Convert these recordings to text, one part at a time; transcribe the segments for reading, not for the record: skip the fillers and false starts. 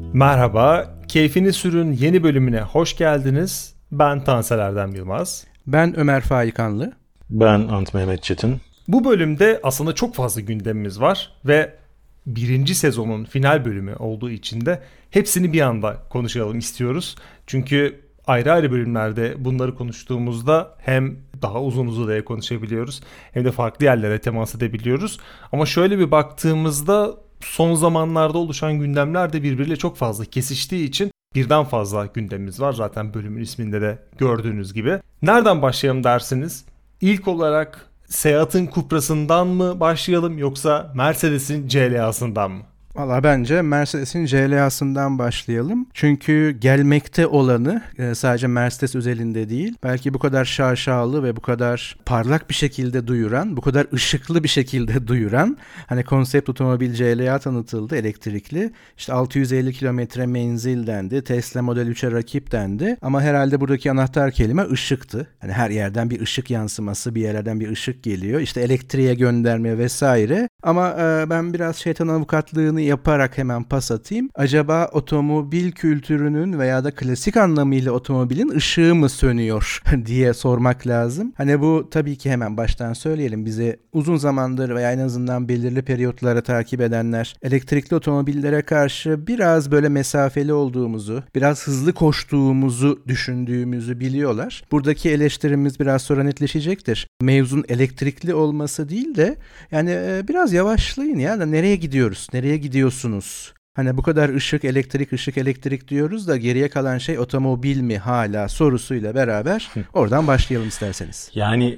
Merhaba, Keyfini Sürün yeni bölümüne hoş geldiniz. Ben Tansel Erdem Yılmaz. Ben Ömer Faikanlı. Ben Ant Mehmet Çetin. Bu bölümde aslında çok fazla gündemimiz var ve birinci sezonun final bölümü olduğu için de hepsini bir anda konuşalım istiyoruz. Çünkü ayrı ayrı bölümlerde bunları konuştuğumuzda hem daha uzun uzadıya konuşabiliyoruz hem de farklı yerlere temas edebiliyoruz. Ama şöyle bir baktığımızda son zamanlarda oluşan gündemler de birbiriyle çok fazla kesiştiği için birden fazla gündemimiz var. Zaten bölümün isminde de gördüğünüz gibi. Nereden başlayalım dersiniz? İlk olarak Seat'ın Cupra'sından mı başlayalım yoksa Mercedes'in CLA'sından mı? Valla bence Mercedes'in CLA'sından başlayalım. Çünkü gelmekte olanı sadece Mercedes özelinde değil, belki bu kadar şaşalı ve bu kadar parlak bir şekilde duyuran, bu kadar ışıklı bir şekilde duyuran, hani konsept otomobil CLA tanıtıldı, elektrikli. İşte 650 kilometre menzil dendi, Tesla Model 3'e rakip dendi. Ama herhalde buradaki anahtar kelime ışıktı. Hani her yerden bir ışık yansıması, bir yerlerden bir ışık geliyor. İşte elektriğe gönderme vesaire. Ama ben biraz şeytan avukatlığını yaparak hemen pas atayım. Acaba otomobil kültürünün veya da klasik anlamıyla otomobilin ışığı mı sönüyor diye sormak lazım. Hani bu tabii ki hemen baştan söyleyelim. Bizi uzun zamandır veya en azından belirli periyotlara takip edenler elektrikli otomobillere karşı biraz böyle mesafeli olduğumuzu, biraz hızlı koştuğumuzu düşündüğümüzü biliyorlar. Buradaki eleştirimiz biraz sonra netleşecektir. Mevzun elektrikli olması değil de yani biraz yavaşlayın ya da nereye gidiyoruz? Nereye gidiyorsunuz? Hani bu kadar ışık, elektrik diyoruz da geriye kalan şey otomobil mi hala sorusuyla beraber oradan başlayalım isterseniz. Yani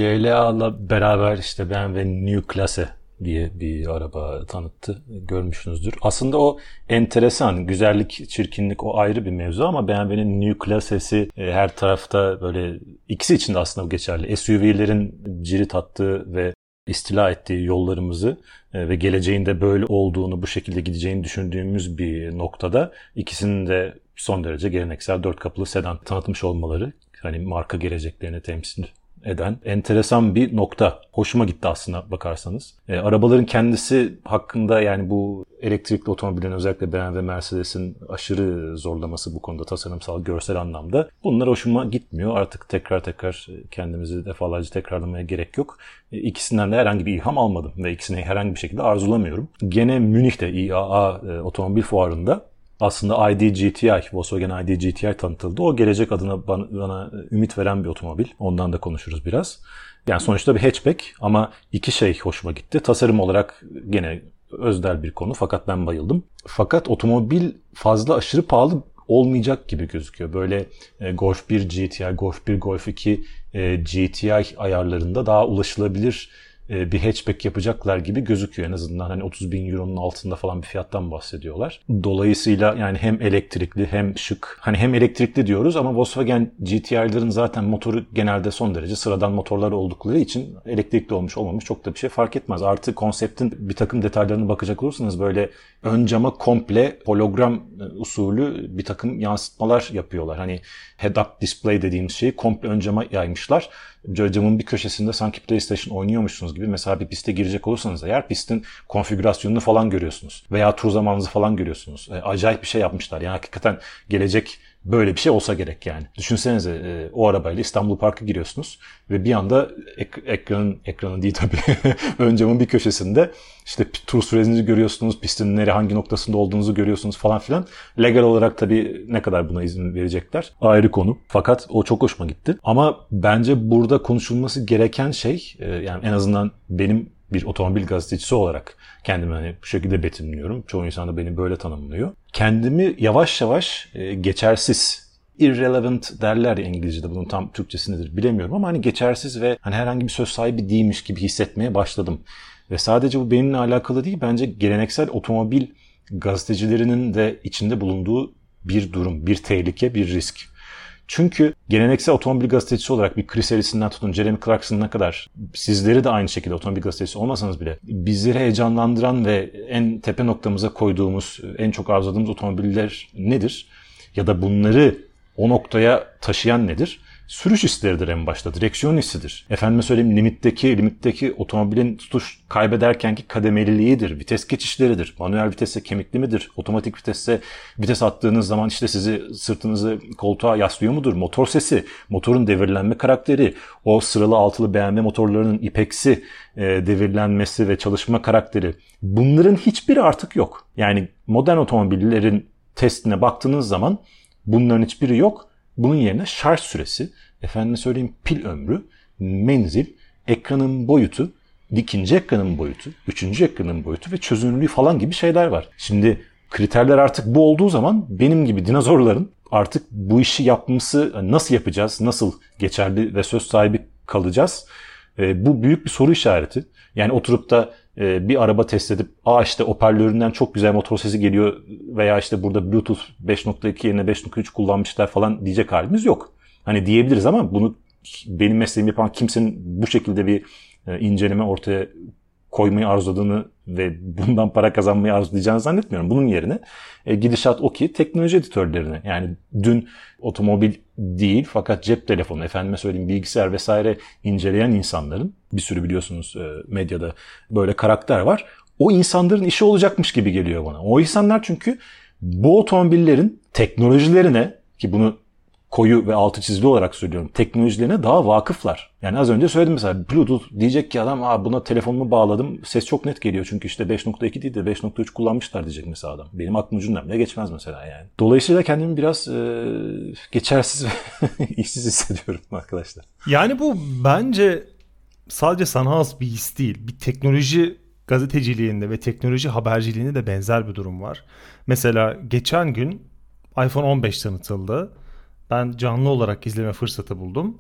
CLA'la beraber işte BMW New Classe diye bir araba tanıttı. Görmüşsünüzdür. Aslında o enteresan. Güzellik, çirkinlik o ayrı bir mevzu ama BMW'nin New Classe'si her tarafta böyle ikisi için de aslında bu geçerli. SUV'lerin cirit attığı ve istila ettiği yollarımızı ve geleceğinde böyle olduğunu, bu şekilde gideceğini düşündüğümüz bir noktada ikisinin de son derece geleneksel 4 kapılı sedan tanıtmış olmaları, hani marka geleceklerini temsil eden enteresan bir nokta. Hoşuma gitti aslında bakarsanız. Arabaların kendisi hakkında yani bu elektrikli otomobillerin özellikle BMW, Mercedes'in aşırı zorlaması bu konuda tasarımsal, görsel anlamda. Bunlar hoşuma gitmiyor. Artık tekrar kendimizi defalarca tekrarlamaya gerek yok. İkisinden de herhangi bir ilham almadım ve ikisini herhangi bir şekilde arzulamıyorum. Gene Münih'te IAA otomobil fuarında aslında ID GTI, Volkswagen ID GTI tanıtıldı. O gelecek adına bana ümit veren bir otomobil. Ondan da konuşuruz biraz. Yani sonuçta bir hatchback ama iki şey hoşuma gitti. Tasarım olarak gene öznel bir konu fakat ben bayıldım. Fakat otomobil fazla aşırı pahalı olmayacak gibi gözüküyor. Böyle Golf 1 GTI, Golf 1, Golf 2 GTI ayarlarında daha ulaşılabilir bir hatchback yapacaklar gibi gözüküyor. En azından hani 30 bin euronun altında falan bir fiyattan bahsediyorlar. Dolayısıyla yani hem elektrikli hem şık. Hani hem elektrikli diyoruz ama Volkswagen GTI'ların zaten motoru genelde son derece sıradan motorlar oldukları için elektrikli olmuş olmamış çok da bir şey fark etmez. Artı konseptin bir takım detaylarına bakacak olursanız böyle ön cama komple hologram usulü bir takım yansıtmalar yapıyorlar. Hani head-up display dediğimiz şeyi komple ön cama yaymışlar. Camın bir köşesinde sanki PlayStation oynuyormuşsunuz gibi mesela bir piste girecek olursanız eğer pistin konfigürasyonunu falan görüyorsunuz. Veya tur zamanınızı falan görüyorsunuz. Acayip bir şey yapmışlar. Yani hakikaten gelecek böyle bir şey olsa gerek yani. Düşünsenize o arabayla İstanbul Park'a giriyorsunuz ve bir anda ekranın değil tabii ön camın bir köşesinde işte tur sürecinizi görüyorsunuz, pistin hangi noktasında olduğunuzu görüyorsunuz falan filan. Legal olarak tabii ne kadar buna izin verecekler ayrı konu. Fakat o çok hoşuma gitti. Ama bence burada konuşulması gereken şey yani en azından benim bir otomobil gazetecisi olarak kendimi hani bu şekilde betimliyorum. Çoğu insan da beni böyle tanımlıyor. Kendimi yavaş yavaş geçersiz, irrelevant derler ya İngilizce'de, bunun tam Türkçesi nedir bilemiyorum ama hani geçersiz ve hani herhangi bir söz sahibi değilmiş gibi hissetmeye başladım. Ve sadece bu benimle alakalı değil, bence geleneksel otomobil gazetecilerinin de içinde bulunduğu bir durum, bir tehlike, bir risk. Çünkü geleneksel otomobil gazetecisi olarak bir Chris Harris'inden tutun Jeremy Clarkson'ına kadar sizleri de aynı şekilde otomobil gazetecisi olmasanız bile bizleri heyecanlandıran ve en tepe noktamıza koyduğumuz, en çok arzuladığımız otomobiller nedir? Ya da bunları o noktaya taşıyan nedir? sürüş hisleridir en başta. Direksiyon hissidir. Efendime söyleyeyim limitteki otomobilin tutuş kaybederkenki kademeliliğidir. Vites geçişleridir. Manuel vitesse kemikli midir? Otomatik vitesse vites attığınız zaman işte sizi sırtınızı koltuğa yaslıyor mudur? Motor sesi, motorun devirlenme karakteri, o sıralı altılı BMW motorlarının ipeksi devirlenmesi ve çalışma karakteri. Bunların hiçbiri artık yok. Yani modern otomobillerin testine baktığınız zaman bunların hiçbiri yok. Bunun yerine şarj süresi, efendime söyleyeyim pil ömrü, menzil, ekranın boyutu, ikinci ekranın boyutu, üçüncü ekranın boyutu ve çözünürlüğü falan gibi şeyler var. Şimdi kriterler artık bu olduğu zaman benim gibi dinozorların artık bu işi yapması nasıl yapacağız, nasıl geçerli ve söz sahibi kalacağız? Bu büyük bir soru işareti. Yani oturup da bir araba test edip işte hoparlöründen çok güzel motor sesi geliyor veya işte burada Bluetooth 5.2 yerine 5.3 kullanmışlar falan diyecek halimiz yok. Hani diyebiliriz ama bunu benim mesleğimi yapan kimsenin bu şekilde bir inceleme ortaya koymayı arzuladığını ve bundan para kazanmayı arzulayacağını zannetmiyorum. Bunun yerine gidişat o ki teknoloji editörlerine, yani dün otomobil değil fakat cep telefonu, efendime söyleyeyim bilgisayar vesaire inceleyen insanların, bir sürü biliyorsunuz medyada böyle karakter var. O insanların işi olacakmış gibi geliyor bana. O insanlar çünkü bu otomobillerin teknolojilerine, ki bunu koyu ve altı çizili olarak söylüyorum, teknolojilerine daha vakıflar. Yani az önce söyledim mesela Bluetooth diyecek ki adam buna telefonumu bağladım ses çok net geliyor çünkü işte 5.2 değil de 5.3 kullanmışlar diyecek mesela adam. Benim aklım ucundan bile geçmez mesela yani. Dolayısıyla kendimi biraz geçersiz ve işsiz hissediyorum arkadaşlar. Yani bu bence sadece sana has bir his değil. Bir teknoloji gazeteciliğinde ve teknoloji haberciliğinde de benzer bir durum var. Mesela geçen gün iPhone 15 tanıtıldı. Ben canlı olarak izleme fırsatı buldum.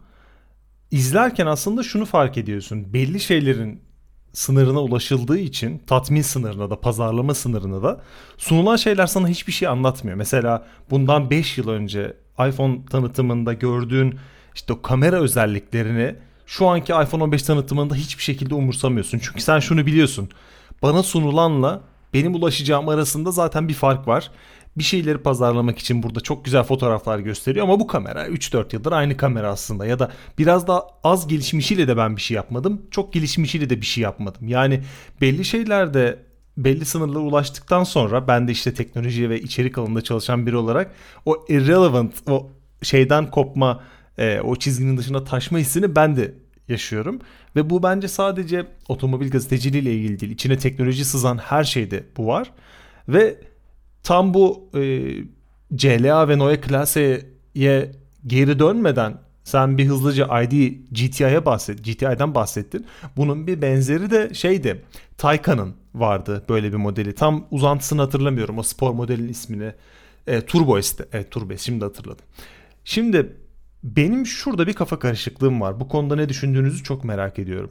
İzlerken aslında şunu fark ediyorsun. Belli şeylerin sınırına ulaşıldığı için, tatmin sınırına da, pazarlama sınırına da sunulan şeyler sana hiçbir şey anlatmıyor. Mesela bundan 5 yıl önce iPhone tanıtımında gördüğün işte o kamera özelliklerini şu anki iPhone 15 tanıtımında hiçbir şekilde umursamıyorsun. Çünkü sen şunu biliyorsun. Bana sunulanla benim ulaşacağım arasında zaten bir fark var. Bir şeyleri pazarlamak için burada çok güzel fotoğraflar gösteriyor ama bu kamera 3-4 yıldır aynı kamera aslında, ya da biraz daha az gelişmişiyle de ben bir şey yapmadım, çok gelişmişiyle de bir şey yapmadım. Yani belli şeylerde belli sınırlara ulaştıktan sonra ben de işte teknoloji ve içerik alanında çalışan biri olarak o irrelevant, o şeyden kopma, o çizginin dışına taşma hissini ben de yaşıyorum. Ve bu bence sadece otomobil gazeteciliği ile ilgili değil. İçine teknoloji sızan her şeyde bu var. Ve tam bu CLA ve Neue Klasse'ye geri dönmeden sen bir hızlıca GTI'den bahsettin. Bunun bir benzeri de şeydi. Taycan'ın vardı böyle bir modeli. Tam uzantısını hatırlamıyorum o spor modelin ismini. Turbo S. Evet, Turbo S, şimdi hatırladım. Şimdi benim şurada bir kafa karışıklığım var. Bu konuda ne düşündüğünüzü çok merak ediyorum.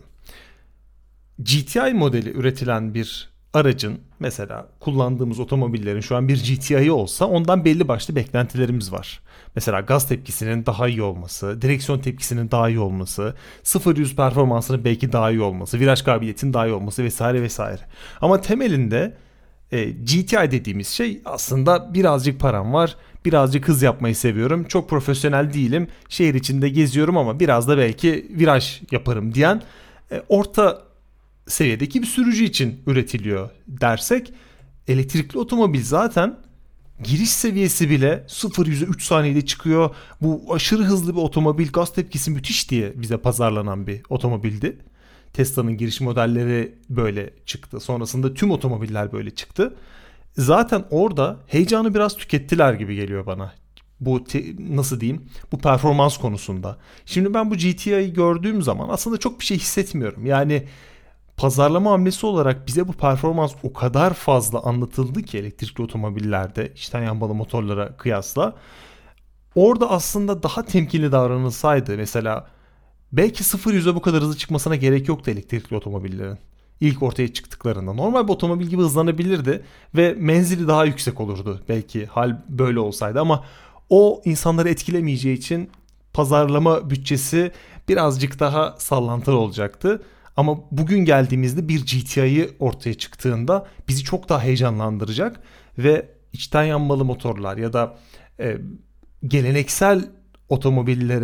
GTI modeli üretilen bir aracın, mesela kullandığımız otomobillerin şu an bir GTI'yi olsa ondan belli başlı beklentilerimiz var. Mesela gaz tepkisinin daha iyi olması, direksiyon tepkisinin daha iyi olması, 0-100 performansının belki daha iyi olması, viraj kabiliyetinin daha iyi olması vesaire vesaire. Ama temelinde GTI dediğimiz şey aslında birazcık param var, birazcık hız yapmayı seviyorum, çok profesyonel değilim, şehir içinde geziyorum ama biraz da belki viraj yaparım diyen orta seviyedeki bir sürücü için üretiliyor dersek, elektrikli otomobil zaten giriş seviyesi bile 0-100'e 3 saniyede çıkıyor. Bu aşırı hızlı bir otomobil, gaz tepkisi müthiş diye bize pazarlanan bir otomobildi. Tesla'nın giriş modelleri böyle çıktı. Sonrasında tüm otomobiller böyle çıktı. Zaten orada heyecanı biraz tükettiler gibi geliyor bana. Bu nasıl diyeyim? Bu performans konusunda. Şimdi ben bu GTI'yi gördüğüm zaman aslında çok bir şey hissetmiyorum. Yani pazarlama hamlesi olarak bize bu performans o kadar fazla anlatıldı ki elektrikli otomobillerde içten yanmalı motorlara kıyasla. Orada aslında daha temkinli davranılsaydı, mesela belki 0-100'e bu kadar hızlı çıkmasına gerek yoktu elektrikli otomobillerin. İlk ortaya çıktıklarında normal bir otomobil gibi hızlanabilirdi ve menzili daha yüksek olurdu belki hal böyle olsaydı, ama o insanları etkilemeyeceği için pazarlama bütçesi birazcık daha sallantılı olacaktı. Ama bugün geldiğimizde bir GTI'yi ortaya çıktığında bizi çok daha heyecanlandıracak ve içten yanmalı motorlar ya da geleneksel otomobillere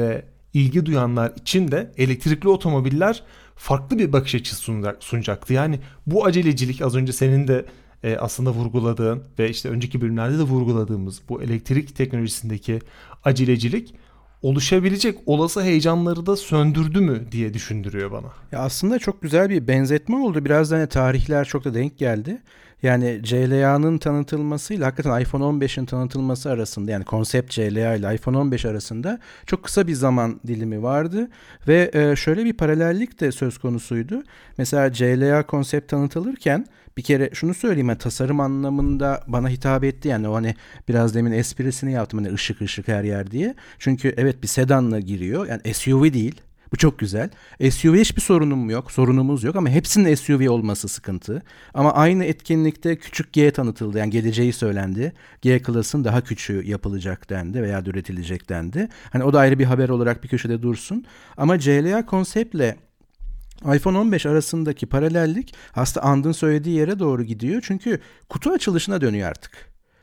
ilgi duyanlar için de elektrikli otomobiller farklı bir bakış açısı sunacaktı. Yani bu acelecilik, az önce senin de aslında vurguladığın ve işte önceki bölümlerde de vurguladığımız bu elektrik teknolojisindeki acelecilik oluşabilecek olası heyecanları da söndürdü mü diye düşündürüyor bana. Ya aslında çok güzel bir benzetme oldu. Biraz da hani tarihler çok da denk geldi. Yani CLA'nın tanıtılmasıyla hakikaten iPhone 15'in tanıtılması arasında, yani konsept CLA ile iPhone 15 arasında çok kısa bir zaman dilimi vardı ve şöyle bir paralellik de söz konusuydu. Mesela CLA konsept tanıtılırken bir kere şunu söyleyeyim, yani tasarım anlamında bana hitap etti. Yani o hani biraz demin esprisini yaptım, hani ışık ışık her yer diye. Çünkü evet, bir sedanla giriyor. Yani SUV değil. Bu çok güzel. SUV hiçbir sorunumuz yok ama hepsinin SUV olması sıkıntı. Ama aynı etkinlikte küçük G tanıtıldı. Yani geleceği söylendi. G Class'ın daha küçüğü yapılacak dendi veya üretilecek dendi. Hani o da ayrı bir haber olarak bir köşede dursun. Ama CLA konseptle iPhone 15 arasındaki paralellik aslında And'ın söylediği yere doğru gidiyor. Çünkü kutu açılışına dönüyor artık.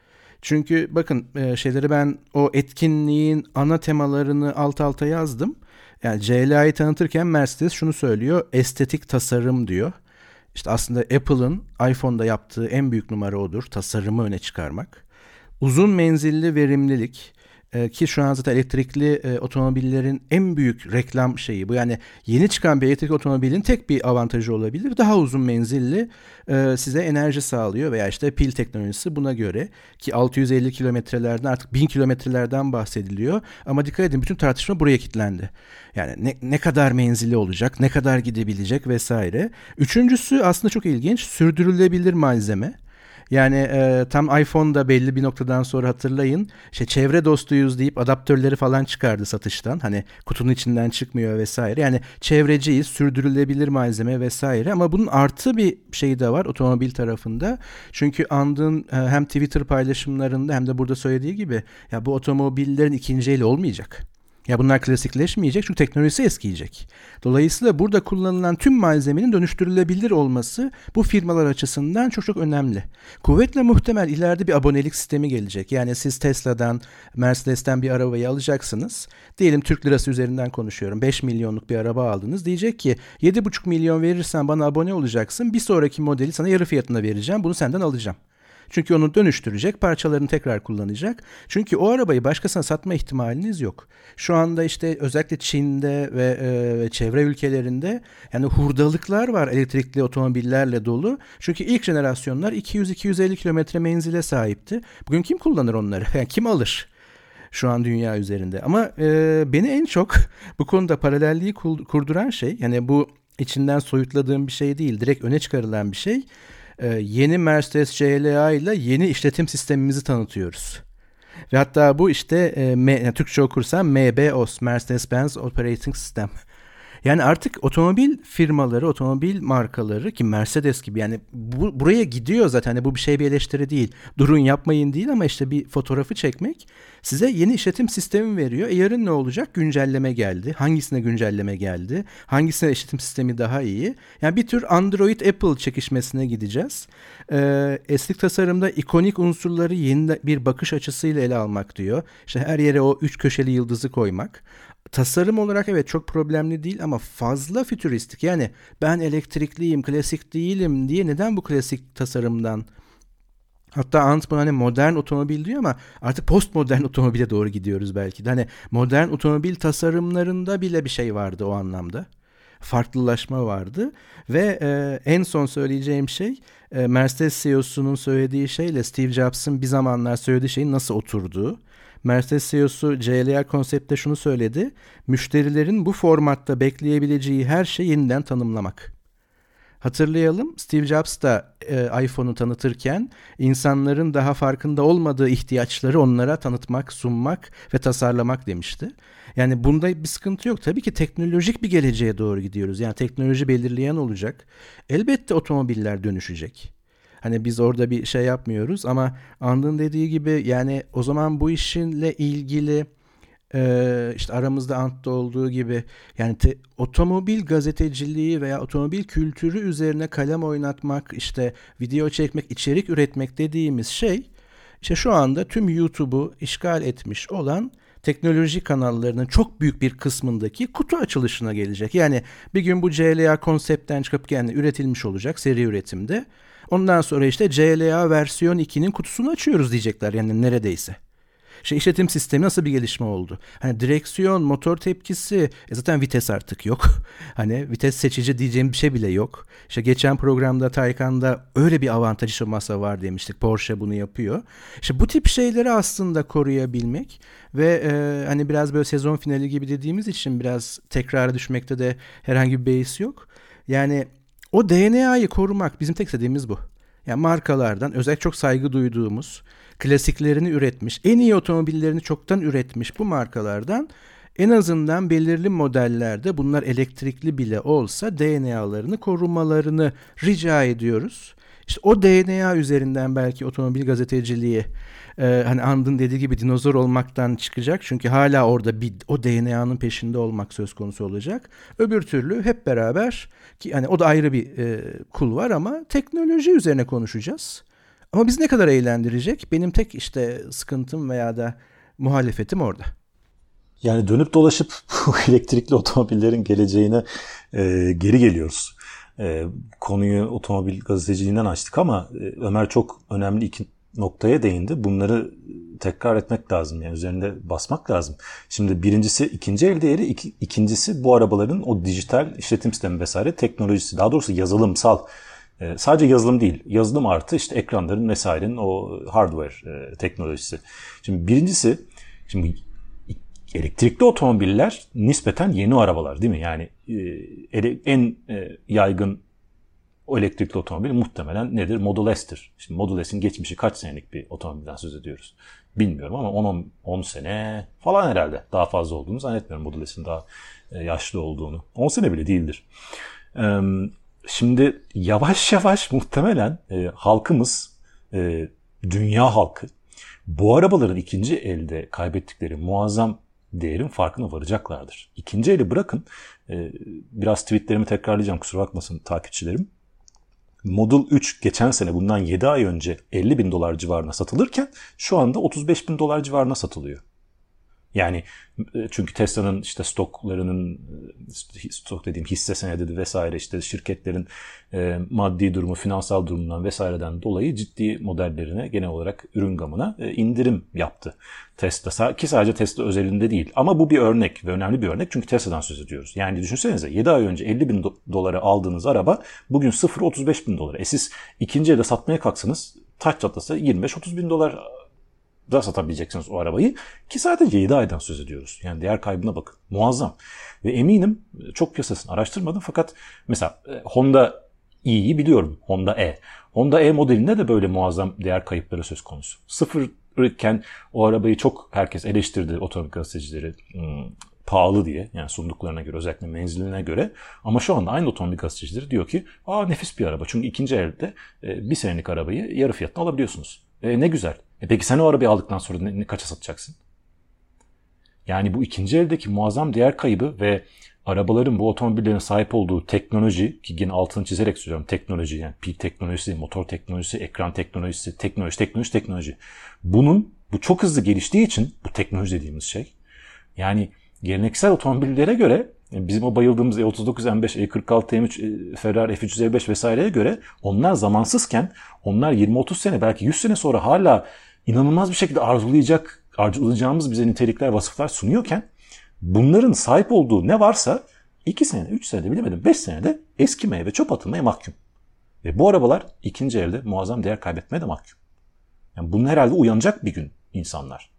Çünkü bakın, şeyleri ben o etkinliğin ana temalarını alt alta yazdım. Yani CLA'yı tanıtırken Mercedes şunu söylüyor: estetik tasarım diyor. İşte aslında Apple'ın iPhone'da yaptığı en büyük numara odur. Tasarımı öne çıkarmak. Uzun menzilli verimlilik, ki şu an zaten elektrikli otomobillerin en büyük reklam şeyi bu. Yani yeni çıkan bir elektrikli otomobilin tek bir avantajı olabilir: daha uzun menzilli size enerji sağlıyor veya işte pil teknolojisi buna göre, ki 650 kilometrelerden artık 1000 kilometrelerden bahsediliyor. Ama dikkat edin, bütün tartışma buraya kilitlendi. Yani ne kadar menzilli olacak, ne kadar gidebilecek vesaire. Üçüncüsü aslında çok ilginç: sürdürülebilir malzeme. Yani tam iPhone'da belli bir noktadan sonra hatırlayın, işte çevre dostuyuz deyip adaptörleri falan çıkardı satıştan. Hani kutunun içinden çıkmıyor vesaire. Yani çevreciyiz, sürdürülebilir malzeme vesaire. Ama bunun artı bir şeyi de var otomobil tarafında. Çünkü And'ın hem Twitter paylaşımlarında hem de burada söylediği gibi, ya bu otomobillerin ikinci eli olmayacak. Ya bunlar klasikleşmeyecek çünkü teknolojisi eskiyecek. Dolayısıyla burada kullanılan tüm malzemenin dönüştürülebilir olması bu firmalar açısından çok çok önemli. Kuvvetle muhtemel ileride bir abonelik sistemi gelecek. Yani siz Tesla'dan, Mercedes'ten bir arabayı alacaksınız. Diyelim Türk lirası üzerinden konuşuyorum. 5 milyonluk bir araba aldınız. Diyecek ki 7,5 milyon verirsen bana abone olacaksın. Bir sonraki modeli sana yarı fiyatına vereceğim. Bunu senden alacağım. Çünkü onu dönüştürecek, parçalarını tekrar kullanacak. Çünkü o arabayı başkasına satma ihtimaliniz yok. Şu anda işte özellikle Çin'de ve çevre ülkelerinde yani hurdalıklar var elektrikli otomobillerle dolu. Çünkü ilk jenerasyonlar 200-250 kilometre menzile sahipti. Bugün kim kullanır onları? Yani kim alır? Şu an dünya üzerinde. Ama beni en çok bu konuda paralelliği kurduran şey, yani bu içinden soyutladığım bir şey değil, direkt öne çıkarılan bir şey. Yeni Mercedes CLA ile yeni işletim sistemimizi tanıtıyoruz. Ve hatta bu işte yani Türkçe okursam MBOS, Mercedes-Benz Operating System. Yani artık otomobil firmaları, otomobil markaları, ki Mercedes gibi, yani buraya gidiyor zaten. Hani bu bir şey, bir eleştiri değil. Durun yapmayın değil, ama işte bir fotoğrafı çekmek size yeni işletim sistemi veriyor. Yarın ne olacak? Güncelleme geldi. Hangisine güncelleme geldi? Hangisine işletim sistemi daha iyi? Yani bir tür Android-Apple çekişmesine gideceğiz. Estetik tasarımda ikonik unsurları yeni bir bakış açısıyla ele almak diyor. İşte her yere o 3 köşeli yıldızı koymak. Tasarım olarak evet çok problemli değil ama fazla fütüristik. Yani ben elektrikliyim, klasik değilim diye neden bu klasik tasarımdan? Hatta Ant buna hani modern otomobil diyor ama artık postmodern otomobile doğru gidiyoruz belki de. Hani modern otomobil tasarımlarında bile bir şey vardı o anlamda. Farklılaşma vardı ve en son söyleyeceğim şey, Mercedes CEO'sunun söylediği şeyle Steve Jobs'ın bir zamanlar söylediği şeyin nasıl oturduğu. Mercedes CEO'su CLA konseptte şunu söyledi: müşterilerin bu formatta bekleyebileceği her şeyi yeniden tanımlamak. Hatırlayalım, Steve Jobs da iPhone'u tanıtırken insanların daha farkında olmadığı ihtiyaçları onlara tanıtmak, sunmak ve tasarlamak demişti. Yani bunda bir sıkıntı yok. Tabii ki teknolojik bir geleceğe doğru gidiyoruz. Yani teknoloji belirleyen olacak. Elbette otomobiller dönüşecek. Hani biz orada bir şey yapmıyoruz ama And'ın dediği gibi, yani o zaman bu işinle ilgili işte aramızda Ant'ta olduğu gibi, yani otomobil gazeteciliği veya otomobil kültürü üzerine kalem oynatmak, işte video çekmek, içerik üretmek dediğimiz şey, işte şu anda tüm YouTube'u işgal etmiş olan teknoloji kanallarının çok büyük bir kısmındaki kutu açılışına gelecek. Yani bir gün bu CLA konseptten çıkıp yani üretilmiş olacak seri üretimde. Ondan sonra işte CLA versiyon 2'nin kutusunu açıyoruz diyecekler yani neredeyse. İşletim sistemi nasıl bir gelişme oldu? Hani direksiyon, motor tepkisi, zaten vites artık yok. Hani vites seçici diyeceğim bir şey bile yok. İşte geçen programda Taycan'da öyle bir avantaj işlemesi var demiştik. Porsche bunu yapıyor. İşte bu tip şeyleri aslında koruyabilmek ve hani biraz böyle sezon finali gibi dediğimiz için biraz tekrara düşmekte de herhangi bir beis yok. Yani o DNA'yı korumak bizim tek istediğimiz bu. Yani markalardan özellikle çok saygı duyduğumuz, klasiklerini üretmiş, en iyi otomobillerini çoktan üretmiş bu markalardan en azından belirli modellerde bunlar elektrikli bile olsa DNA'larını korumalarını rica ediyoruz. İşte o DNA üzerinden belki otomobil gazeteciliği hani And'ın dediği gibi dinozor olmaktan çıkacak. Çünkü hala orada o DNA'nın peşinde olmak söz konusu olacak. Öbür türlü hep beraber ki hani o da ayrı bir kul var ama teknoloji üzerine konuşacağız. Ama biz ne kadar eğlendirecek? Benim tek işte sıkıntım veya da muhalefetim orada. Yani dönüp dolaşıp bu elektrikli otomobillerin geleceğine geri geliyoruz. Konuyu otomobil gazeteciliğinden açtık ama Ömer çok önemli iki noktaya değindi. Bunları tekrar etmek lazım. Yani üzerinde basmak lazım. Şimdi birincisi ikinci el değeri, ikincisi bu arabaların o dijital işletim sistemi vesaire teknolojisi. Daha doğrusu yazılımsal. Sadece yazılım değil. Yazılım artı işte ekranların vesairenin o hardware teknolojisi. Şimdi birincisi elektrikli otomobiller nispeten yeni arabalar değil mi? Yani en yaygın o elektrikli otomobil muhtemelen nedir? Model S'tir. Şimdi Model S'in geçmişi kaç senelik bir otomobilden söz ediyoruz? Bilmiyorum ama 10 sene falan herhalde. Daha fazla olduğunu zannetmiyorum Model S'in daha yaşlı olduğunu. 10 sene bile değildir. Şimdi yavaş yavaş muhtemelen halkımız, dünya halkı bu arabaların ikinci elde kaybettikleri muazzam değerin farkına varacaklardır. İkinci eli bırakın, biraz tweetlerimi tekrarlayacağım kusura bakmasın takipçilerim. Model 3 geçen sene bundan 7 ay önce $50.000 civarına satılırken şu anda $35.000 civarına satılıyor. Yani çünkü Tesla'nın işte stoklarının, stok dediğim hisse senedi vesaire işte şirketlerin maddi durumu, finansal durumundan vesaireden dolayı ciddi modellerine genel olarak ürün gamına indirim yaptı Tesla. Ki sadece Tesla özelinde değil ama bu bir örnek ve önemli bir örnek çünkü Tesla'dan söz ediyoruz. Yani düşünsenize 7 ay önce $50.000 aldığınız araba bugün sıfırı $35.000. Siz ikinci elde satmaya kalksanız taç çatlasa $25-30.000 da satabileceksiniz o arabayı ki sadece 7 aydan söz ediyoruz. Yani değer kaybına bakın. Muazzam. Ve eminim çok piyasasını araştırmadım fakat mesela Honda E'yi biliyorum. Honda E. Honda E modelinde de böyle muazzam değer kayıpları söz konusu. Sıfırken o arabayı çok herkes eleştirdi otomobil gazetecileri pahalı diye yani sunduklarına göre özellikle menziline göre ama şu anda aynı otomobil gazetecileri diyor ki nefis bir araba çünkü ikinci elde bir senelik arabayı yarı fiyatına alabiliyorsunuz. Ne güzel. Peki sen o arabayı aldıktan sonra kaça satacaksın? Yani bu ikinci eldeki muazzam değer kaybı ve arabaların bu otomobillerin sahip olduğu teknoloji ki yine altını çizerek söylüyorum teknoloji yani pil teknolojisi, motor teknolojisi, ekran teknolojisi, teknoloji. Bu çok hızlı geliştiği için bu teknoloji dediğimiz şey yani geleneksel otomobillere göre bizim o bayıldığımız E39 M5, E46 M3, Ferrari F355 vesaireye göre onlar zamansızken onlar 20-30 sene belki 100 sene sonra hala inanılmaz bir şekilde arzulayacağımız bize nitelikler, vasıflar sunuyorken bunların sahip olduğu ne varsa 2 senede, 3 senede bilemedim 5 senede eskimeye ve çöp atılmaya mahkum. Ve bu arabalar ikinci elde muazzam değer kaybetmeye de mahkum. Yani bunun herhalde uyanacak bir gün insanlar.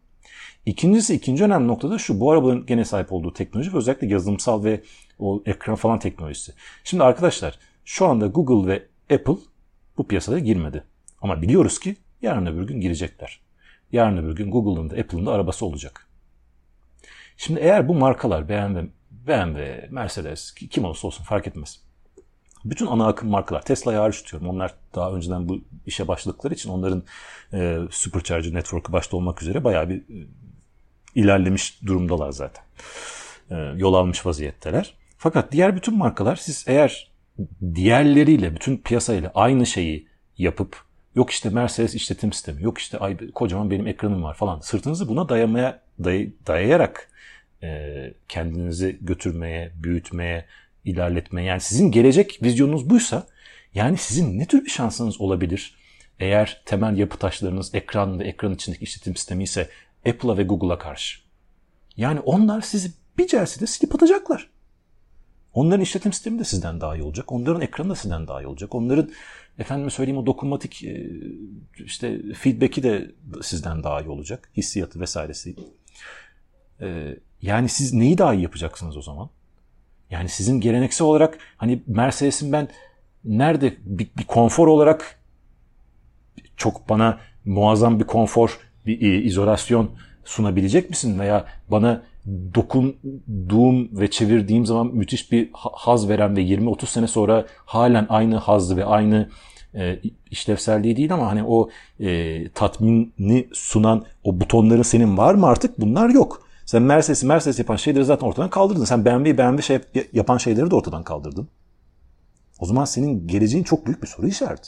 İkinci önemli nokta da şu, bu arabaların gene sahip olduğu teknoloji ve özellikle yazılımsal ve o ekran falan teknolojisi. Şimdi arkadaşlar şu anda Google ve Apple bu piyasada girmedi. Ama biliyoruz ki yarın öbür gün girecekler. Yarın öbür gün Google'ın da Apple'ın da arabası olacak. Şimdi eğer bu markalar BMW, Mercedes, kim olursa olsun fark etmez. Bütün ana akım markalar, Tesla'yı hariç tutuyorum. Onlar daha önceden bu işe başladıkları için onların Supercharger Network'ı başta olmak üzere bayağı bir ilerlemiş durumdalar zaten. Yol almış vaziyetteler. Fakat diğer bütün markalar siz eğer diğerleriyle, bütün piyasayla aynı şeyi yapıp Yok işte Mercedes işletim sistemi. Yok işte ay, kocaman benim ekranım var falan. Sırtınızı buna dayayarak kendinizi götürmeye, büyütmeye, ilerletmeye. Yani sizin gelecek vizyonunuz buysa, yani sizin ne tür bir şansınız olabilir? Eğer temel yapı taşlarınız ekran ve ekran içindeki işletim sistemi ise Apple'a ve Google'a karşı. Yani onlar sizi bir celsede silip atacaklar. Onların işletim sistemi de sizden daha iyi olacak. Onların ekranı da sizden daha iyi olacak. Onların efendime söyleyeyim o dokunmatik işte feedback'i de sizden daha iyi olacak. Hissiyatı vesairesi. Yani siz neyi daha iyi yapacaksınız o zaman? Yani sizin geleneksel olarak hani Mercedes'in ben nerede bir konfor olarak çok bana muazzam bir konfor, bir izolasyon sunabilecek misin? Veya bana dokunduğum ve çevirdiğim zaman müthiş bir haz veren ve 20-30 sene sonra halen aynı hazzı ve aynı işlevselliği değil ama hani o tatmini sunan o butonların senin var mı artık? Bunlar yok. Sen Mercedes yapan şeyleri zaten ortadan kaldırdın. Sen BMW yapan şeyleri de ortadan kaldırdın. O zaman senin geleceğin çok büyük bir soru işareti.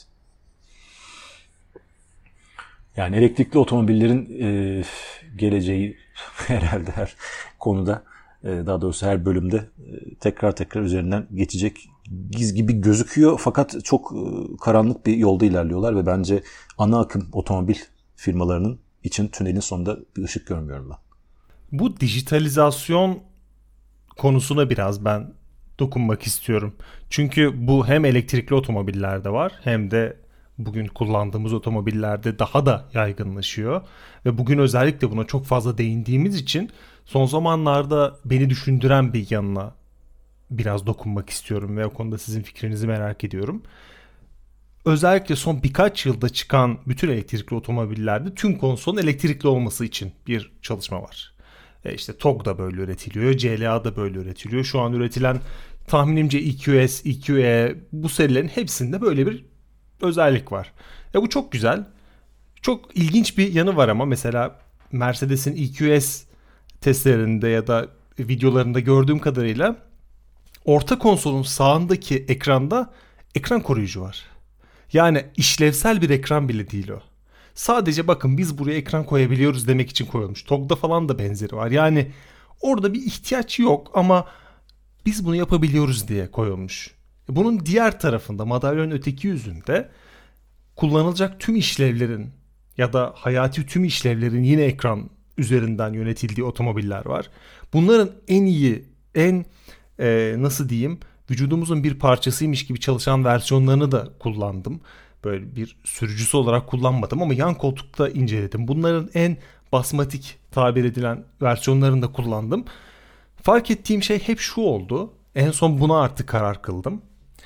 Yani elektrikli otomobillerin geleceği herhalde her konuda, daha doğrusu her bölümde tekrar üzerinden geçecek gibi gözüküyor. Fakat çok karanlık bir yolda ilerliyorlar ve bence ana akım otomobil firmalarının için tünelin sonunda bir ışık görmüyorum ben. Bu dijitalizasyon konusuna biraz ben dokunmak istiyorum. Çünkü bu hem elektrikli otomobillerde var hem de bugün kullandığımız otomobillerde daha da yaygınlaşıyor. Ve bugün özellikle buna çok fazla değindiğimiz için son zamanlarda beni düşündüren bir yanına biraz dokunmak istiyorum ve o konuda sizin fikrinizi merak ediyorum. Özellikle son birkaç yılda çıkan bütün elektrikli otomobillerde tüm konsolun elektrikli olması için bir çalışma var. İşte TOG da böyle üretiliyor, CLA da böyle üretiliyor. Şu an üretilen tahminimce EQS, EQE bu serilerin hepsinde böyle bir özellik var. Bu çok güzel. Çok ilginç bir yanı var ama mesela Mercedes'in EQS testlerinde ya da videolarında gördüğüm kadarıyla orta konsolun sağındaki ekranda ekran koruyucu var. Yani işlevsel bir ekran bile değil o. Sadece bakın biz buraya ekran koyabiliyoruz demek için koyulmuş. TOG'da falan da benzeri var. Yani orada bir ihtiyaç yok ama biz bunu yapabiliyoruz diye koyulmuş. Bunun diğer tarafında, madalyonun öteki yüzünde kullanılacak tüm işlevlerin ya da hayati tüm işlevlerin yine ekran üzerinden yönetildiği otomobiller var. Bunların en iyi, en nasıl diyeyim, vücudumuzun bir parçasıymış gibi çalışan versiyonlarını da kullandım. Böyle bir sürücüsü olarak kullanmadım ama yan koltukta inceledim. Bunların en basmatik tabir edilen versiyonlarını da kullandım. Fark ettiğim şey hep şu oldu. En son buna artık karar kıldım.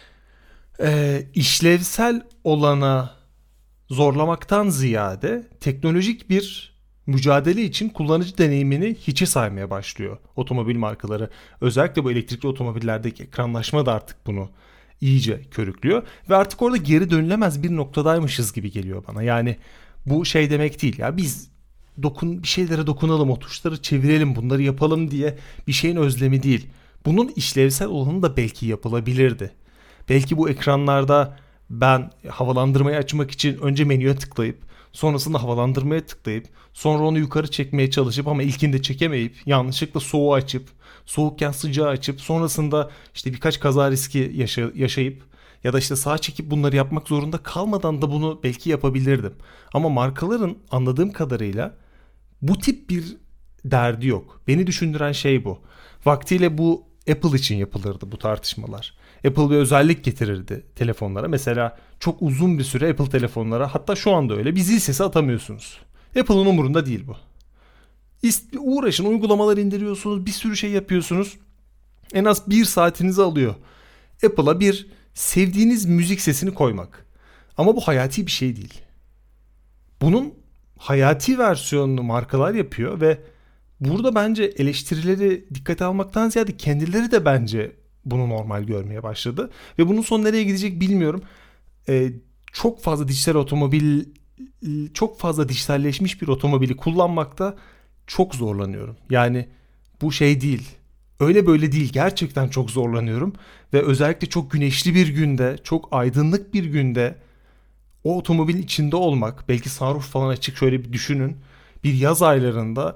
İşlevsel olana zorlamaktan ziyade teknolojik bir mücadele için kullanıcı deneyimini hiçe saymaya başlıyor otomobil markaları. Özellikle bu elektrikli otomobillerdeki ekranlaşma da artık bunu iyice körüklüyor. Ve artık orada geri dönülemez bir noktadaymışız gibi geliyor bana. Yani bu şey demek değil ya, biz bir şeylere dokunalım, o tuşları çevirelim, bunları yapalım diye bir şeyin özlemi değil. Bunun işlevsel olanı da belki yapılabilirdi. Belki bu ekranlarda ben havalandırmayı açmak için önce menüye tıklayıp sonrasında havalandırmaya tıklayıp sonra onu yukarı çekmeye çalışıp ama ilkinde çekemeyip yanlışlıkla soğuğu açıp soğukken sıcağı açıp sonrasında işte birkaç kaza riski yaşayıp ya da işte sağa çekip bunları yapmak zorunda kalmadan da bunu belki yapabilirdim. Ama markaların anladığım kadarıyla bu tip bir derdi yok. Beni düşündüren şey bu. Vaktiyle bu Apple için yapılırdı bu tartışmalar. Apple bir özellik getirirdi telefonlara. Mesela çok uzun bir süre Apple telefonlara, hatta şu anda öyle, bir zil sesi atamıyorsunuz. Apple'ın umurunda değil bu. Uğraşın, uygulamalar indiriyorsunuz, bir sürü şey yapıyorsunuz. En az 1 saatinizi alıyor. Apple'a bir sevdiğiniz müzik sesini koymak. Ama bu hayati bir şey değil. Bunun hayati versiyonunu markalar yapıyor ve burada bence eleştirileri dikkate almaktan ziyade kendileri de bence bunu normal görmeye başladı. Ve bunun son nereye gidecek bilmiyorum. Çok fazla dijitalleşmiş bir otomobili kullanmakta çok zorlanıyorum. Yani bu şey değil. Öyle böyle değil. Gerçekten çok zorlanıyorum. Ve özellikle çok güneşli bir günde, çok aydınlık bir günde o otomobilin içinde olmak, belki sunroof falan açık, şöyle bir düşünün. Bir yaz aylarında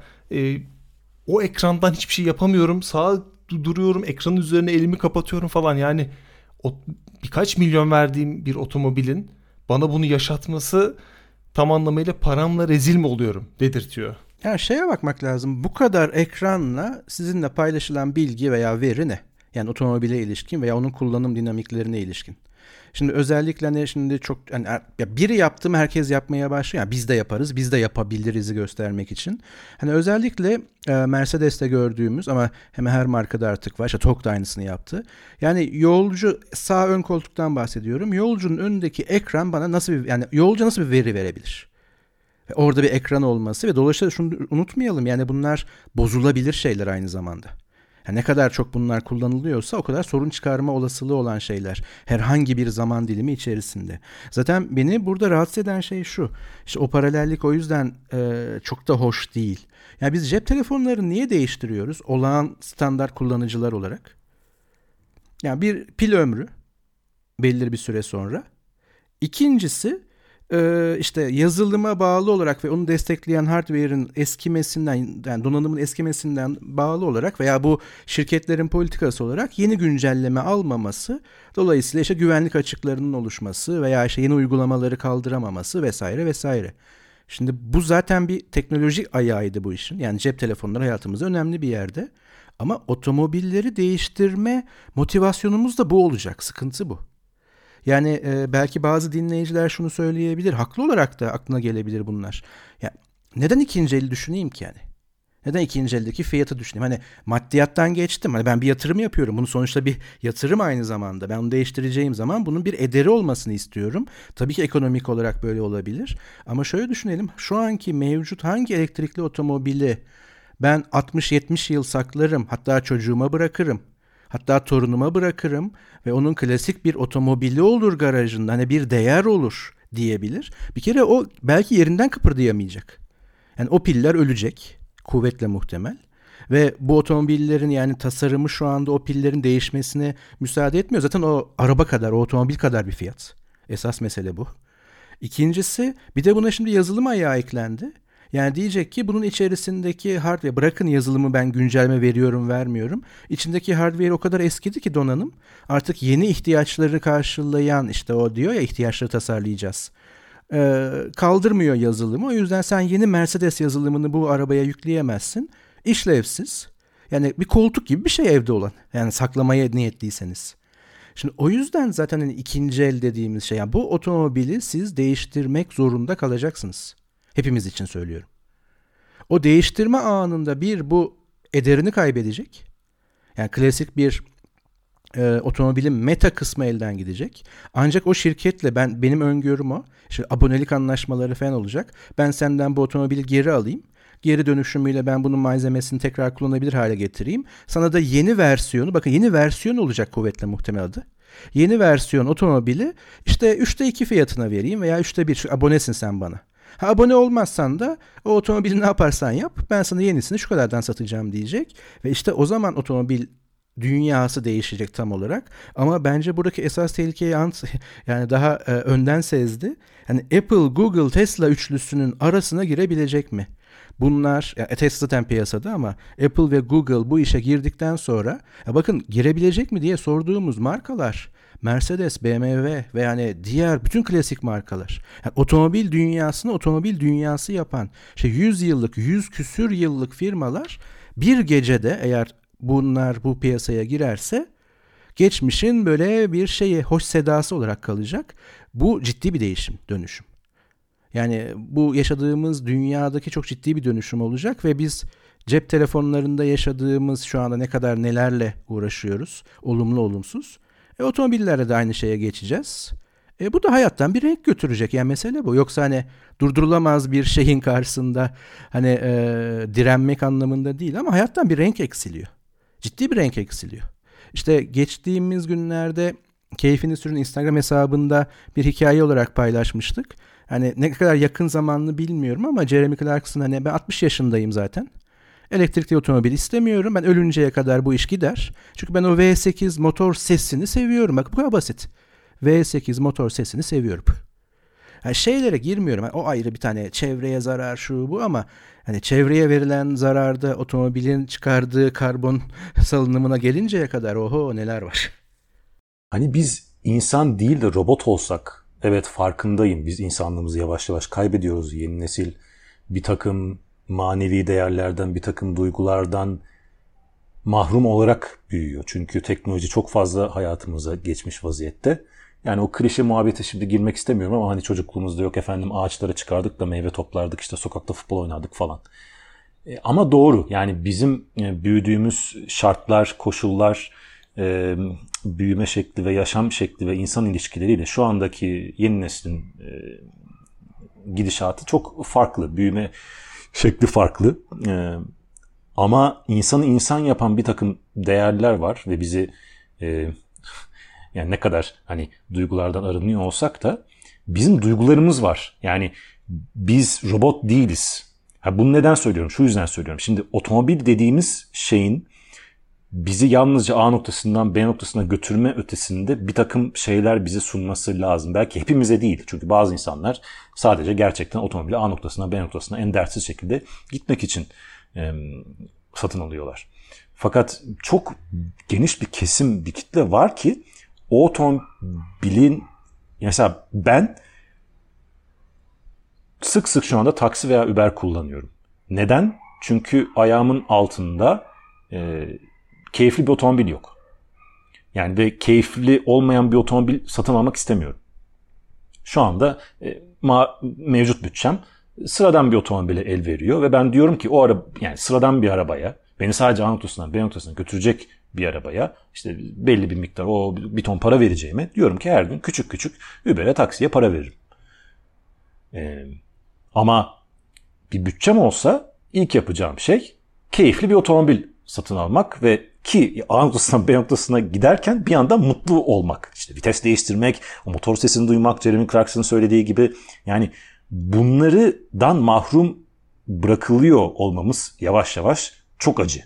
o ekrandan hiçbir şey yapamıyorum. Sağa duruyorum, ekranın üzerine elimi kapatıyorum falan. Yani o birkaç milyon verdiğim bir otomobilin bana bunu yaşatması tam anlamıyla paramla rezil mi oluyorum dedirtiyor. Yani şeye bakmak lazım. Bu kadar ekranla sizinle paylaşılan bilgi veya veri ne? Yani otomobile ilişkin veya onun kullanım dinamiklerine ilişkin. Şimdi özellikle hani şimdi çok hani ya biri yaptı mı herkes yapmaya başlıyor. Yani biz de yaparız, biz de yapabiliriz'i göstermek için. Hani özellikle Mercedes'te gördüğümüz ama hemen her markada artık var. İşte TOG da aynısını yaptı. Yani yolcu sağ ön koltuktan bahsediyorum. Yolcunun önündeki ekran bana nasıl bir yani yolcu nasıl bir veri verebilir? Orada bir ekran olması ve dolayısıyla şunu unutmayalım, yani bunlar bozulabilir şeyler aynı zamanda. Yani ne kadar çok bunlar kullanılıyorsa o kadar sorun çıkarma olasılığı olan şeyler herhangi bir zaman dilimi içerisinde. Zaten beni burada rahatsız eden şey şu. İşte o paralellik o yüzden çok da hoş değil. Yani biz cep telefonlarını niye değiştiriyoruz olağan standart kullanıcılar olarak? Yani bir pil ömrü belirli bir süre sonra. İkincisi işte yazılıma bağlı olarak ve onu destekleyen hardware'in eskimesinden, yani donanımın eskimesinden bağlı olarak veya bu şirketlerin politikası olarak yeni güncelleme almaması, dolayısıyla işte güvenlik açıklarının oluşması veya işte yeni uygulamaları kaldıramaması vesaire vesaire. Şimdi bu zaten bir teknolojik ayağıydı bu işin. Yani cep telefonları hayatımızda önemli bir yerde. Ama otomobilleri değiştirme motivasyonumuz da bu olacak. Sıkıntı bu. Yani belki bazı dinleyiciler şunu söyleyebilir. Haklı olarak da aklına gelebilir bunlar. Ya neden ikinci eli düşüneyim ki yani? Neden ikinci eldeki fiyatı düşüneyim? Hani maddiyattan geçtim. Hani ben bir yatırım yapıyorum. Bunun sonuçta bir yatırım aynı zamanda. Ben onu değiştireceğim zaman bunun bir ederi olmasını istiyorum. Tabii ki ekonomik olarak böyle olabilir. Ama şöyle düşünelim. Şu anki mevcut hangi elektrikli otomobili ben 60-70 yıl saklarım, hatta çocuğuma bırakırım, hatta torunuma bırakırım ve onun klasik bir otomobili olur garajında, hani bir değer olur diyebilir. Bir kere o belki yerinden kıpırdayamayacak. Yani o piller ölecek, kuvvetle muhtemel. Ve bu otomobillerin yani tasarımı şu anda o pillerin değişmesine müsaade etmiyor. Zaten o araba kadar, o otomobil kadar bir fiyat. Esas mesele bu. İkincisi, bir de buna şimdi yazılım ayağı eklendi. Yani diyecek ki bunun içerisindeki hardware, bırakın yazılımı ben güncelleme veriyorum vermiyorum. İçindeki hardware o kadar eskidi ki donanım. Artık yeni ihtiyaçları karşılayan, işte o diyor ya, ihtiyaçları tasarlayacağız. Kaldırmıyor yazılımı. O yüzden sen yeni Mercedes yazılımını bu arabaya yükleyemezsin. İşlevsiz. Yani bir koltuk gibi bir şey evde olan. Yani saklamaya niyetliyseniz. Şimdi o yüzden zaten hani ikinci el dediğimiz şey, yani bu otomobili siz değiştirmek zorunda kalacaksınız. Hepimiz için söylüyorum. O değiştirme anında bir bu ederini kaybedecek. Yani klasik bir otomobilin meta kısmı elden gidecek. Ancak o şirketle benim öngörüm o. İşte abonelik anlaşmaları falan olacak. Ben senden bu otomobili geri alayım. Geri dönüşümüyle ben bunun malzemesini tekrar kullanabilir hale getireyim. Sana da yeni versiyonu, bakın yeni versiyon olacak kuvvetle muhtemel adı. Yeni versiyon otomobili işte 3'te 2 fiyatına vereyim veya 3'te 1, abonesin sen bana. Ha, abone olmazsan da o otomobili ne yaparsan yap, ben sana yenisini şu kadardan satacağım diyecek. Ve işte o zaman otomobil dünyası değişecek tam olarak. Ama bence buradaki esas tehlikeyi yani daha önden sezdi. Yani Apple, Google, Tesla üçlüsünün arasına girebilecek mi? Bunlar, ya Tesla zaten piyasada ama Apple ve Google bu işe girdikten sonra bakın girebilecek mi diye sorduğumuz markalar Mercedes, BMW ve yani diğer bütün klasik markalar. Yani otomobil dünyasını otomobil dünyası yapan 100 yıllık, 100 küsür yıllık firmalar bir gecede eğer bunlar bu piyasaya girerse geçmişin böyle bir şeyi, hoş sedası olarak kalacak. Bu ciddi bir değişim, dönüşüm. Yani bu yaşadığımız dünyadaki çok ciddi bir dönüşüm olacak ve biz cep telefonlarında yaşadığımız şu anda ne kadar nelerle uğraşıyoruz, olumlu olumsuz. Otomobillere de aynı şeye geçeceğiz. Bu da hayattan bir renk götürecek. Yani mesele bu. Yoksa hani durdurulamaz bir şeyin karşısında hani direnmek anlamında değil ama hayattan bir renk eksiliyor. Ciddi bir renk eksiliyor. İşte geçtiğimiz günlerde Keyfini Sürün Instagram hesabında bir hikaye olarak paylaşmıştık. Hani ne kadar yakın zamanlı bilmiyorum ama Jeremy Clarkson, hani ben 60 yaşındayım zaten. Elektrikli otomobil istemiyorum. Ben ölünceye kadar bu iş gider. Çünkü ben o V8 motor sesini seviyorum. Bak bu kadar basit. V8 motor sesini seviyorum. Yani şeylere girmiyorum. Yani o ayrı bir tane çevreye zarar şu bu ama hani çevreye verilen zararda otomobilin çıkardığı karbon salınımına gelinceye kadar oho neler var. Hani biz insan değil de robot olsak, evet farkındayım, biz insanlığımızı yavaş yavaş kaybediyoruz. Yeni nesil bir takım manevi değerlerden, bir takım duygulardan mahrum olarak büyüyor. Çünkü teknoloji çok fazla hayatımıza geçmiş vaziyette. Yani o klişe muhabbete şimdi girmek istemiyorum ama hani çocukluğumuzda yok efendim ağaçlara çıkardık da meyve toplardık, işte sokakta futbol oynardık falan. Ama doğru, yani bizim büyüdüğümüz şartlar, koşullar, büyüme şekli ve yaşam şekli ve insan ilişkileriyle şu andaki yeni neslin gidişatı çok farklı. Büyüme şekli farklı. Ama insanı insan yapan bir takım değerler var ve bizi yani ne kadar hani duygulardan arınıyor olsak da bizim duygularımız var. Yani biz robot değiliz. Bunu neden söylüyorum? Şu yüzden söylüyorum. Şimdi otomobil dediğimiz şeyin bizi yalnızca A noktasından B noktasına götürme ötesinde bir takım şeyler bize sunması lazım. Belki hepimize değil. Çünkü bazı insanlar sadece gerçekten otomobili A noktasına B noktasına en dertsiz şekilde gitmek için satın alıyorlar. Fakat çok geniş bir kesim, bir kitle var ki o otomobilin, mesela ben sık sık şu anda taksi veya Uber kullanıyorum. Neden? Çünkü ayağımın altında keyifli bir otomobil yok. Yani ve keyifli olmayan bir otomobil satın almak istemiyorum. Şu anda mevcut bütçem sıradan bir otomobile el veriyor ve ben diyorum ki o araba, yani sıradan bir arabaya, beni sadece A noktasından B noktasına götürecek bir arabaya işte belli bir miktar, o bir ton para vereceğime diyorum ki her gün küçük küçük Uber'e, taksiye para veririm. Ama bir bütçem olsa ilk yapacağım şey keyifli bir otomobil satın almak ve ki A noktasından B noktasına giderken bir yandan mutlu olmak. İşte vites değiştirmek, o motor sesini duymak, Jeremy Clarkson'ın söylediği gibi, yani bunlardan mahrum bırakılıyor olmamız yavaş yavaş çok acı.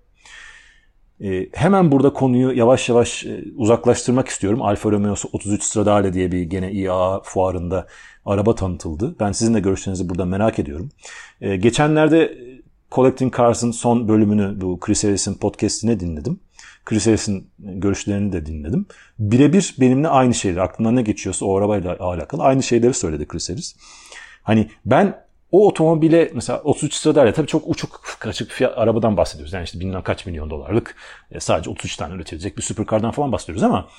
Hemen burada konuyu yavaş yavaş uzaklaştırmak istiyorum. Alfa Romeo 33 Stradale diye bir gene IAA fuarında araba tanıtıldı. Ben sizin de görüşlerinizi burada merak ediyorum. Geçenlerde Collecting Cars'ın son bölümünü, bu Chris Harris'in podcast'ine dinledim. Chris Harris'in görüşlerini de dinledim. Birebir benimle aynı şeyler, aklımdan ne geçiyorsa o arabayla alakalı aynı şeyleri söyledi Chris Harris. Hani ben o otomobile mesela 33 Stradale, tabii çok uçuk kaçık fiyat arabadan bahsediyoruz. Yani işte bilmem kaç milyon dolarlık sadece 33 tane üretilecek bir süperkardan falan bahsediyoruz ama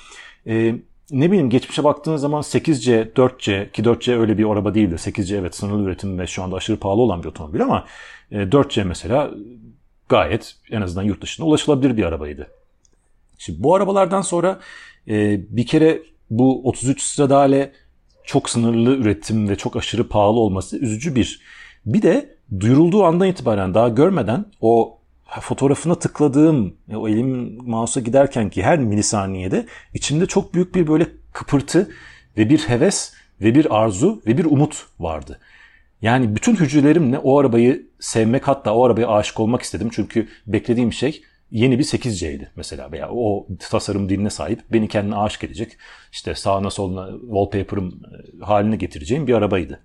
ne bileyim, geçmişe baktığınız zaman 8C, 4C, ki 4C öyle bir araba değildi. 8C evet sınırlı üretim ve şu anda aşırı pahalı olan bir otomobil ama 4C mesela gayet en azından yurt dışına ulaşılabilir bir arabaydı. Şimdi bu arabalardan sonra bir kere bu 33 Stradale çok sınırlı üretim ve çok aşırı pahalı olması üzücü bir. Bir de duyurulduğu andan itibaren daha görmeden o fotoğrafına tıkladığım, o elim mouse'a giderken ki her milisaniyede içimde çok büyük bir böyle kıpırtı ve bir heves ve bir arzu ve bir umut vardı. Yani bütün hücrelerimle o arabayı sevmek, hatta o arabaya aşık olmak istedim. Çünkü beklediğim şey yeni bir 8C'ydi mesela, veya o tasarım diline sahip, beni kendine aşık edecek, işte sağına soluna wallpaper'ım haline getireceğim bir arabaydı.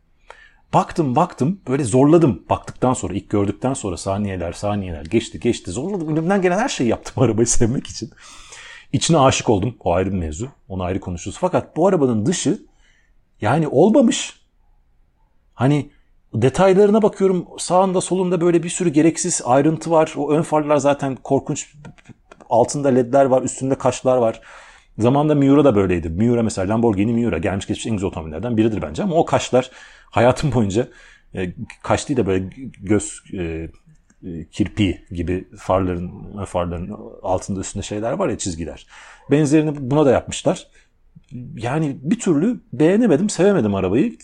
Baktım böyle zorladım. Baktıktan sonra, ilk gördükten sonra saniyeler geçti. Zorladım. Elimden gelen her şeyi yaptım arabayı sevmek için. İçine aşık oldum. O ayrı bir mevzu. Onu ayrı konuşuruz. Fakat bu arabanın dışı yani olmamış. Hani detaylarına bakıyorum. Sağında solunda böyle bir sürü gereksiz ayrıntı var. O ön farlar zaten korkunç. Altında ledler var. Üstünde kaşlar var. Zamanında Miura da böyleydi. Miura mesela, Lamborghini Miura gelmiş geçmiş en güzel otomobillerden biridir bence. Ama o kaşlar hayatım boyunca, kaş değil de böyle göz kirpiği gibi farların altında üstünde şeyler var ya, çizgiler. Benzerini buna da yapmışlar. Yani bir türlü beğenemedim, sevemedim arabayı.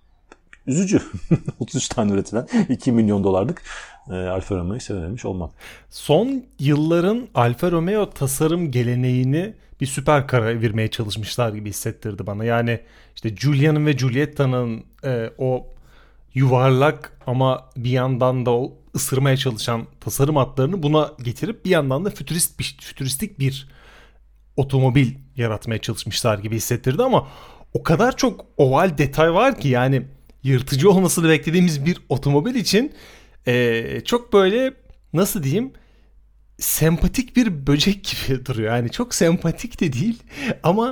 Üzücü. 33 tane üretilen 2 milyon dolarlık Alfa Romeo'yu sevememiş olmam. Son yılların Alfa Romeo tasarım geleneğini bir süperkara evirmeye çalışmışlar gibi hissettirdi bana. Yani işte Giulia'nın ve Giulietta'nın o yuvarlak ama bir yandan da o ısırmaya çalışan tasarım hatlarını buna getirip bir yandan da fütüristik bir otomobil yaratmaya çalışmışlar gibi hissettirdi ama o kadar çok oval detay var ki yani yırtıcı olmasını beklediğimiz bir otomobil için çok böyle nasıl diyeyim sempatik bir böcek gibi duruyor. Yani çok sempatik de değil ama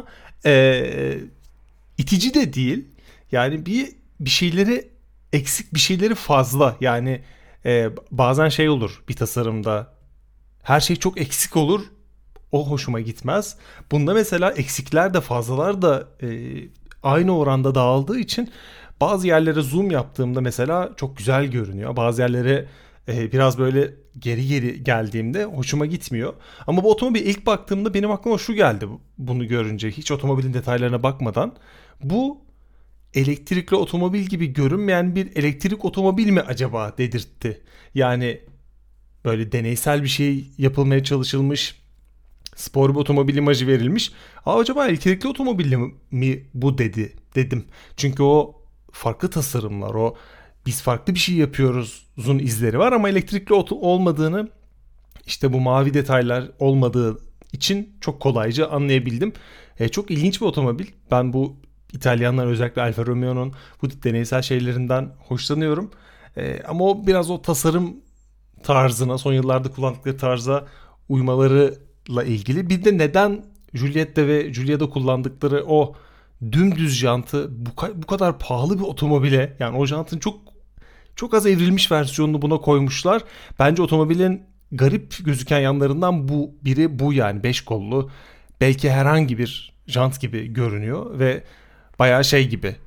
itici de değil. Yani bir şeyleri eksik, bir şeyleri fazla. Yani bazen şey olur bir tasarımda. Her şey çok eksik olur. O hoşuma gitmez. Bunda mesela eksikler de fazlalar da aynı oranda dağıldığı için bazı yerlere zoom yaptığımda mesela çok güzel görünüyor. Bazı yerlere biraz böyle geri geri geldiğimde hoşuma gitmiyor. Ama bu otomobil ilk baktığımda benim aklıma şu geldi bunu görünce. Hiç otomobilin detaylarına bakmadan. Bu elektrikli otomobil gibi görünmeyen bir elektrik otomobil mi acaba dedirtti. Yani böyle deneysel bir şey yapılmaya çalışılmış, spor bir otomobil imajı verilmiş. Acaba elektrikli otomobil mi bu dedim. Çünkü o farklı tasarımlar, o biz farklı bir şey yapıyoruzun izleri var ama elektrikli olmadığını işte bu mavi detaylar olmadığı için çok kolayca anlayabildim. Çok ilginç bir otomobil. Ben bu İtalyanlar özellikle Alfa Romeo'nun bu tip deneysel şeylerinden hoşlanıyorum. Ama o biraz o tasarım tarzına, son yıllarda kullandıkları tarza uymalarıyla ilgili. Bir de neden Juliette ve Giulia'da kullandıkları o dümdüz jantı bu kadar pahalı bir otomobile, yani o jantın çok az evrilmiş versiyonunu buna koymuşlar. Bence otomobilin garip gözüken yanlarından biri bu yani 5 kollu. Belki herhangi bir jant gibi görünüyor ve bayağı şey gibi.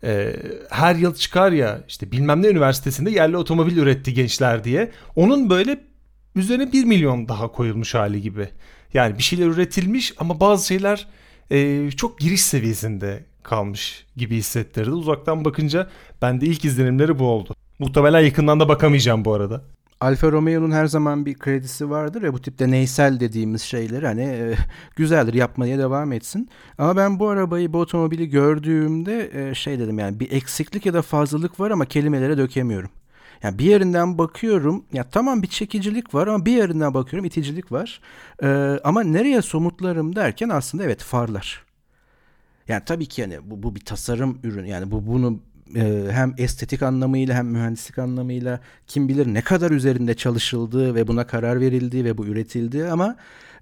Her yıl çıkar ya işte bilmem ne üniversitesinde yerli otomobil üretti gençler diye. Onun böyle üzerine 1 milyon daha koyulmuş hali gibi. Yani bir şeyler üretilmiş ama bazı şeyler çok giriş seviyesinde kalmış gibi hissettirdi. Uzaktan bakınca bende ilk izlenimleri bu oldu. Muhtemelen yakından da bakamayacağım bu arada. Alfa Romeo'nun her zaman bir kredisi vardır ya bu tip deneysel dediğimiz şeyler hani güzeldir yapmaya devam etsin. Ama ben bu arabayı bu otomobili gördüğümde şey dedim yani bir eksiklik ya da fazlalık var ama kelimelere dökemiyorum. Yani bir yerinden bakıyorum ya tamam bir çekicilik var ama bir yerinden bakıyorum iticilik var. Ama nereye somutlarım derken aslında evet farlar. Yani tabii ki yani bu bir tasarım ürünü yani bunu hem estetik anlamıyla hem mühendislik anlamıyla kim bilir ne kadar üzerinde çalışıldığı ve buna karar verildiği ve bu üretildiği ama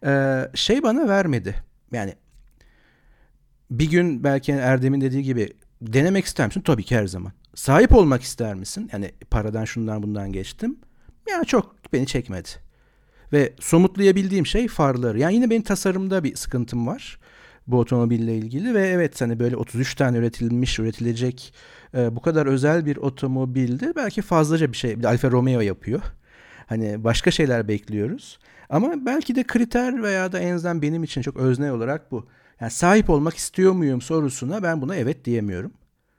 şey bana vermedi. Yani bir gün belki Erdem'in dediği gibi denemek ister misin? Tabii ki her zaman. Sahip olmak ister misin? Yani paradan şundan bundan geçtim. Ya çok beni çekmedi. Ve somutlayabildiğim şey farları. Yani yine benim tasarımda bir sıkıntım var bu otomobille ilgili ve evet hani böyle 33 tane üretilecek bu kadar özel bir otomobilde belki fazlaca bir şey. Bir Alfa Romeo yapıyor. Hani başka şeyler bekliyoruz. Ama belki de kriter veya da en azından benim için çok özne olarak bu. Yani sahip olmak istiyor muyum sorusuna ben buna evet diyemiyorum.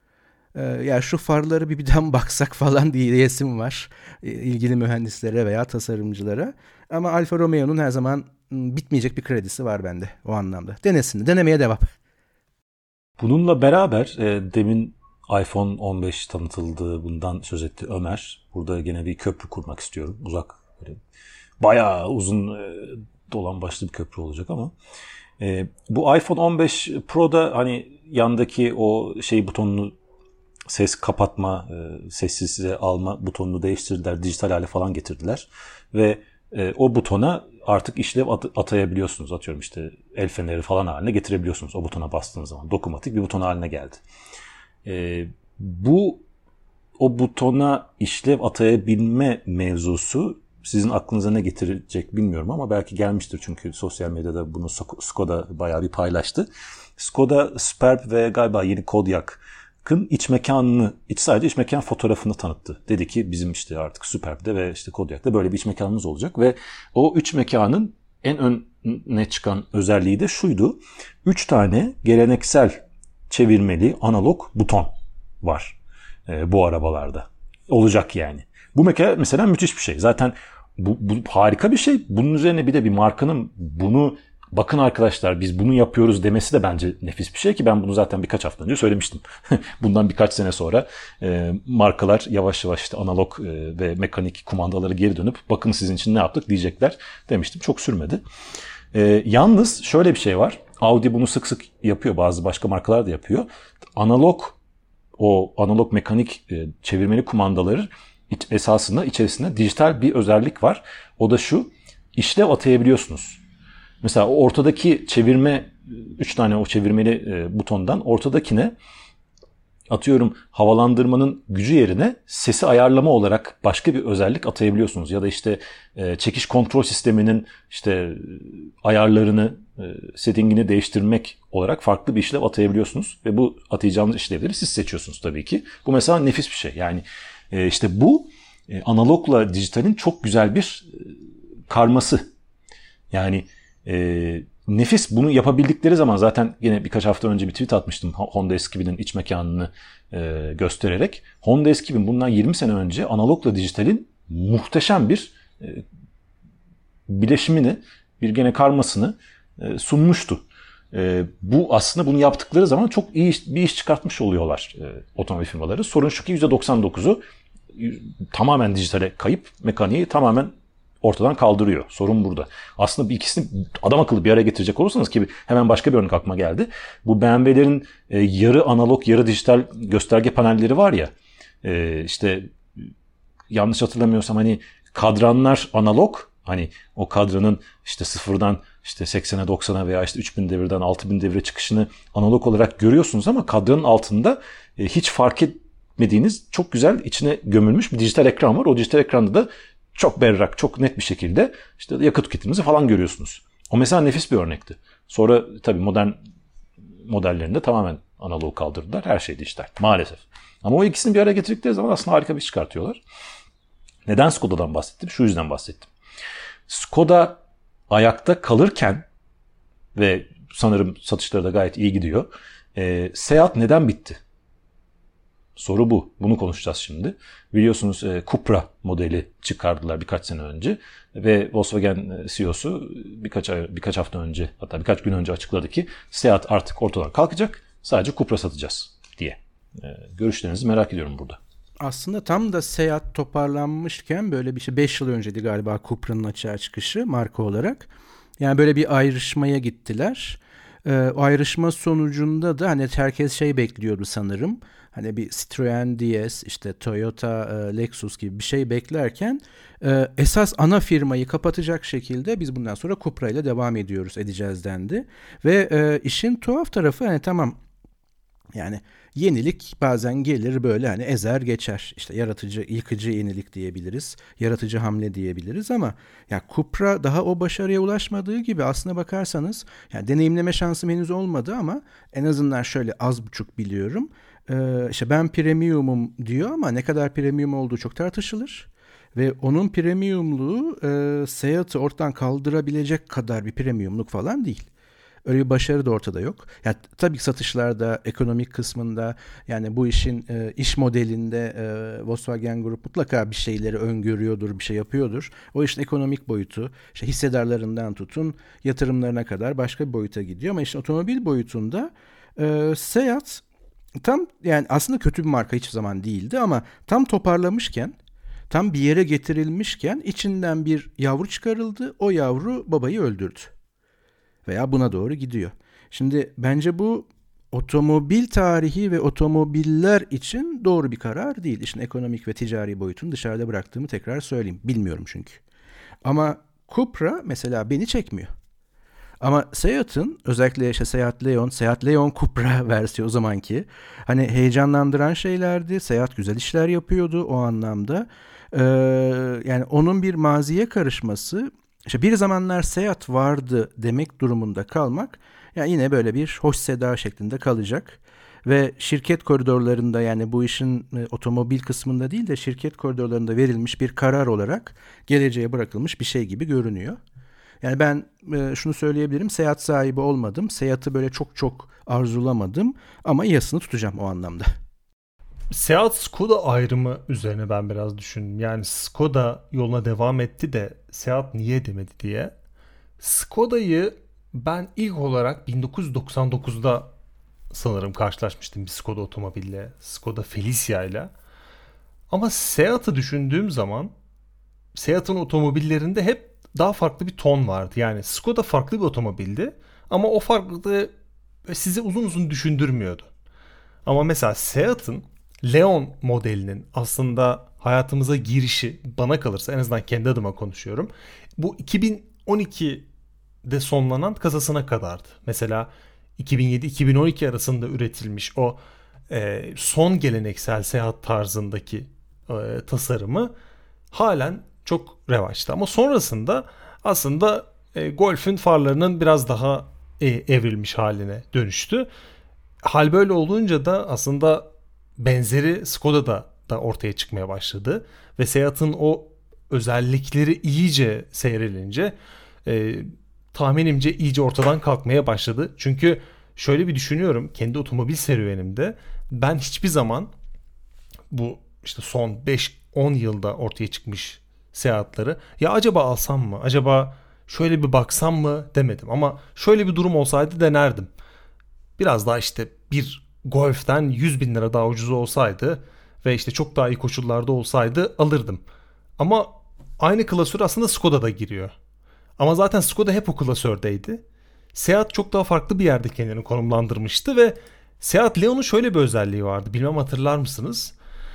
Ya şu farları birden baksak falan diyesim var ilgili mühendislere veya tasarımcılara. Ama Alfa Romeo'nun her zaman bitmeyecek bir kredisi var bende o anlamda. Denemeye devam. Bununla beraber demin iPhone 15 tanıtıldı, bundan söz etti Ömer. Burada gene bir köprü kurmak istiyorum. Uzak, böyle bayağı uzun dolan başlı bir köprü olacak ama. Bu iPhone 15 Pro'da hani yandaki o şey butonunu ses kapatma, sessize alma butonunu değiştirdiler. Dijital hale falan getirdiler. Ve o butona artık işlev atayabiliyorsunuz. Atıyorum işte el feneri falan haline getirebiliyorsunuz. O butona bastığınız zaman. Dokunmatik bir buton haline geldi. O butona işlev atayabilme mevzusu sizin aklınıza ne getirecek bilmiyorum ama belki gelmiştir. Çünkü sosyal medyada bunu Skoda bayağı bir paylaştı. Skoda Superb ve galiba yeni Kodiaq'ın sadece iç mekan fotoğrafını tanıttı. Dedi ki bizim işte artık Superb'de ve işte Kodiaq'ta böyle bir iç mekanımız olacak ve o iç mekanın en öne çıkan özelliği de şuydu. 3 tane geleneksel çevirmeli analog buton var bu arabalarda. Olacak yani. Bu mesela müthiş bir şey. Zaten bu harika bir şey. Bunun üzerine bir de bir markanın bunu bakın arkadaşlar biz bunu yapıyoruz demesi de bence nefis bir şey ki ben bunu zaten birkaç hafta önce söylemiştim. Bundan birkaç sene sonra markalar yavaş yavaş işte analog ve mekanik kumandaları geri dönüp bakın sizin için ne yaptık diyecekler demiştim. Çok sürmedi. Yalnız şöyle bir şey var. Audi bunu sık sık yapıyor. Bazı başka markalar da yapıyor. Analog mekanik çevirmeli kumandaları esasında içerisinde dijital bir özellik var. O da şu: işlev atayabiliyorsunuz. Mesela o ortadaki çevirme, 3 tane o çevirmeli butondan ortadakine atıyorum havalandırmanın gücü yerine sesi ayarlama olarak başka bir özellik atayabiliyorsunuz. Ya da işte çekiş kontrol sisteminin işte ayarlarını, settingini değiştirmek olarak farklı bir işlev atayabiliyorsunuz. Ve bu atayacağınız işlevleri siz seçiyorsunuz tabii ki. Bu mesela nefis bir şey. Yani işte bu analogla dijitalin çok güzel bir karması. Yani nefis. Bunu yapabildikleri zaman, zaten yine birkaç hafta önce bir tweet atmıştım Honda Esquipe'nin iç mekanını göstererek. Honda Esquipe bundan 20 sene önce analogla dijitalin muhteşem bir bileşimini, bir gene karmasını sunmuştu. Bu aslında bunu yaptıkları zaman çok iyi bir iş çıkartmış oluyorlar otomobil firmaları. Sorun şu ki %99'u tamamen dijitale kayıp mekaniği tamamen ortadan kaldırıyor. Sorun burada. Aslında bir ikisini adam akıllı bir araya getirecek olursanız, ki hemen başka bir örnek aklıma geldi. Bu BMW'lerin yarı analog yarı dijital gösterge panelleri var ya, işte yanlış hatırlamıyorsam hani kadranlar analog, hani o kadranın işte sıfırdan işte 80'e 90'a veya işte 3000 devirden 6000 devire çıkışını analog olarak görüyorsunuz ama kadranın altında hiç fark etmediğiniz çok güzel içine gömülmüş bir dijital ekran var. O dijital ekranda da çok berrak, çok net bir şekilde işte yakıt tüketiminizi falan görüyorsunuz. O mesela nefis bir örnekti. Sonra tabii modern modellerinde tamamen analog kaldırdılar. Her şey dijital maalesef. Ama o ikisini bir araya getirdikleri zaman aslında harika bir iş çıkartıyorlar. Neden Skoda'dan bahsettim? Şu yüzden bahsettim. Skoda ayakta kalırken ve sanırım satışları da gayet iyi gidiyor. Seat neden bitti? Soru bu. Bunu konuşacağız şimdi. Biliyorsunuz Cupra modeli çıkardılar birkaç sene önce ve Volkswagen CEO'su birkaç hafta önce, hatta birkaç gün önce açıkladı ki Seat artık ortadan kalkacak, sadece Cupra satacağız diye. Görüşlerinizi merak ediyorum burada. Aslında tam da Seat toparlanmışken böyle bir şey 5 yıl önceydi galiba Cupra'nın açığa çıkışı marka olarak. Yani böyle bir ayrışmaya gittiler. O ayrışma sonucunda da hani herkes şey bekliyordu sanırım. Hani bir Citroen DS, işte Toyota, Lexus gibi bir şey beklerken esas ana firmayı kapatacak şekilde biz bundan sonra Cupra ile devam edeceğiz dendi. Ve işin tuhaf tarafı hani tamam, yani yenilik bazen gelir böyle hani ezer geçer. İşte yaratıcı, yıkıcı yenilik diyebiliriz. Yaratıcı hamle diyebiliriz ama ya Cupra daha o başarıya ulaşmadığı gibi aslına bakarsanız, yani deneyimleme şansım henüz olmadı ama en azından şöyle az buçuk biliyorum. İşte ben premiumum diyor ama ne kadar premium olduğu çok tartışılır. Ve onun premiumluğu Seat'ı ortadan kaldırabilecek kadar bir premiumluk falan değil. Öyle bir başarı da ortada yok. Yani tabii ki satışlarda, ekonomik kısmında, yani bu işin iş modelinde Volkswagen Group mutlaka bir şeyleri öngörüyordur, bir şey yapıyordur. O işin ekonomik boyutu, işte hissedarlarından tutun yatırımlarına kadar başka bir boyuta gidiyor. Ama işte otomobil boyutunda Seat tam, yani aslında kötü bir marka hiçbir zaman değildi ama tam toparlamışken, tam bir yere getirilmişken içinden bir yavru çıkarıldı. O yavru babayı öldürdü. Veya buna doğru gidiyor. Şimdi bence bu otomobil tarihi ve otomobiller için doğru bir karar değil. İşin ekonomik ve ticari boyutunu dışarıda bıraktığımı tekrar söyleyeyim. Bilmiyorum çünkü. Ama Cupra mesela beni çekmiyor. Ama Seat'ın özellikle işte Seat Leon Cupra versiyonu o zamanki hani heyecanlandıran şeylerdi. Seat güzel işler yapıyordu o anlamda. Yani onun bir maziye karışması, işte bir zamanlar Seat vardı demek durumunda kalmak, yani yine böyle bir hoş seda şeklinde kalacak. Ve şirket koridorlarında, yani bu işin otomobil kısmında değil de şirket koridorlarında verilmiş bir karar olarak geleceğe bırakılmış bir şey gibi görünüyor. Yani ben şunu söyleyebilirim, Seat sahibi olmadım. Seat'ı böyle çok arzulamadım ama yasını tutacağım o anlamda. Seat-Skoda ayrımı üzerine ben biraz düşündüm. Yani Skoda yoluna devam etti de Seat niye edemedi diye. Skoda'yı ben ilk olarak 1999'da sanırım karşılaşmıştım bir Skoda otomobille. Skoda Felicia ile. Ama Seat'ı düşündüğüm zaman Seat'ın otomobillerinde hep daha farklı bir ton vardı. Yani Skoda farklı bir otomobildi. Ama o farklılığı sizi uzun uzun düşündürmüyordu. Ama mesela Seat'ın Leon modelinin aslında hayatımıza girişi, bana kalırsa, en azından kendi adıma konuşuyorum, bu 2012'de sonlanan kasasına kadardı. Mesela 2007-2012 arasında üretilmiş o son geleneksel Seat tarzındaki tasarımı halen çok revaçta. Ama sonrasında aslında Golf'ün farlarının biraz daha evrilmiş haline dönüştü. Hal böyle olunca da aslında benzeri Skoda'da da ortaya çıkmaya başladı. Ve Seat'ın o özellikleri iyice seyrelince tahminimce iyice ortadan kalkmaya başladı. Çünkü şöyle bir düşünüyorum, kendi otomobil serüvenimde ben hiçbir zaman bu işte son 5-10 yılda ortaya çıkmış Seat'ları ya acaba alsam mı, acaba şöyle bir baksam mı demedim. Ama şöyle bir durum olsaydı denerdim. Biraz daha işte bir Golf'ten 100 bin lira daha ucuz olsaydı ve işte çok daha iyi koşullarda olsaydı alırdım. Ama aynı klasör aslında Skoda'da giriyor. Ama zaten Skoda hep o klasördeydi. Seat çok daha farklı bir yerde kendini konumlandırmıştı ve Seat Leon'un şöyle bir özelliği vardı. Bilmem hatırlar mısınız?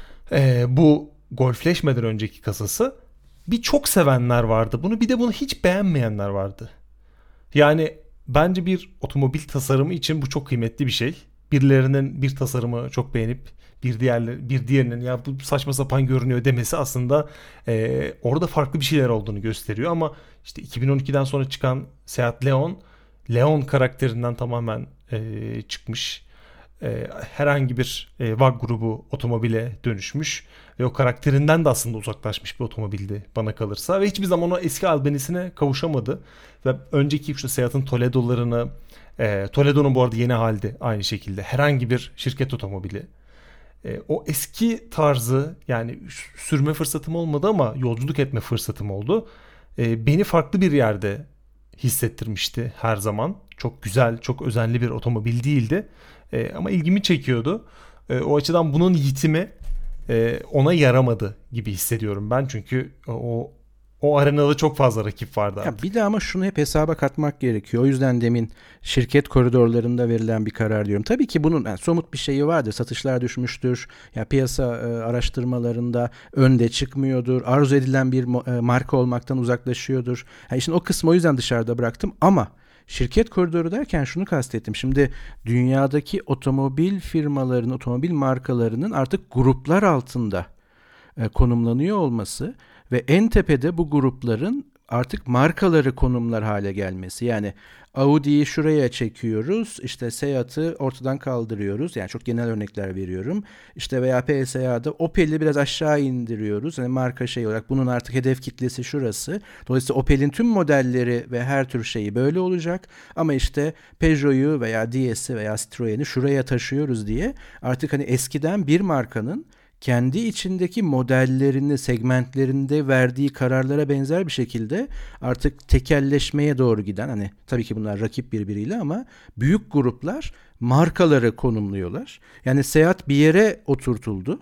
Bu Golfleşmeden önceki kasası. Bir çok sevenler vardı bunu, bir de bunu hiç beğenmeyenler vardı. Yani bence bir otomobil tasarımı için bu çok kıymetli bir şey. Birilerinin bir tasarımı çok beğenip bir diğerinin ya bu saçma sapan görünüyor demesi aslında orada farklı bir şeyler olduğunu gösteriyor. Ama işte 2012'den sonra çıkan Seat Leon, Leon karakterinden tamamen çıkmış. Herhangi bir VAG grubu otomobile dönüşmüş ve o karakterinden de aslında uzaklaşmış bir otomobildi bana kalırsa ve hiçbir zaman o eski albenisine kavuşamadı ve önceki işte Seat'ın Toledo'larını, Toledo'nun bu arada yeni halde aynı şekilde herhangi bir şirket otomobili, o eski tarzı, yani sürme fırsatım olmadı ama yolculuk etme fırsatım oldu. Beni farklı bir yerde hissettirmişti her zaman. Çok güzel, çok özenli bir otomobil değildi. Ama ilgimi çekiyordu. O açıdan bunun yitimi ona yaramadı gibi hissediyorum ben. Çünkü o arenada çok fazla rakip vardı artık. Ya bir de ama şunu hep hesaba katmak gerekiyor. O yüzden demin şirket koridorlarında verilen bir karar diyorum. Tabii ki bunun yani somut bir şeyi vardır. Satışlar düşmüştür. Ya piyasa araştırmalarında önde çıkmıyordur. Arzu edilen bir marka olmaktan uzaklaşıyordur. Yani şimdi o kısmı o yüzden dışarıda bıraktım ama şirket koridoru derken şunu kastettim. Şimdi dünyadaki otomobil firmalarının, otomobil markalarının artık gruplar altında konumlanıyor olması ve en tepede bu grupların artık markaları konumlar hale gelmesi. Yani Audi'yi şuraya çekiyoruz, işte Seat'ı ortadan kaldırıyoruz. Yani çok genel örnekler veriyorum. İşte veya PSA'da Opel'i biraz aşağı indiriyoruz. Yani marka şey olarak bunun artık hedef kitlesi şurası. Dolayısıyla Opel'in tüm modelleri ve her tür şeyi böyle olacak. Ama işte Peugeot'u veya DS'i veya Citroen'i şuraya taşıyoruz diye artık hani eskiden bir markanın kendi içindeki modellerini, segmentlerinde verdiği kararlara benzer bir şekilde artık tekelleşmeye doğru giden, hani tabii ki bunlar rakip birbiriyle ama büyük gruplar markaları konumluyorlar. Yani Seat bir yere oturtuldu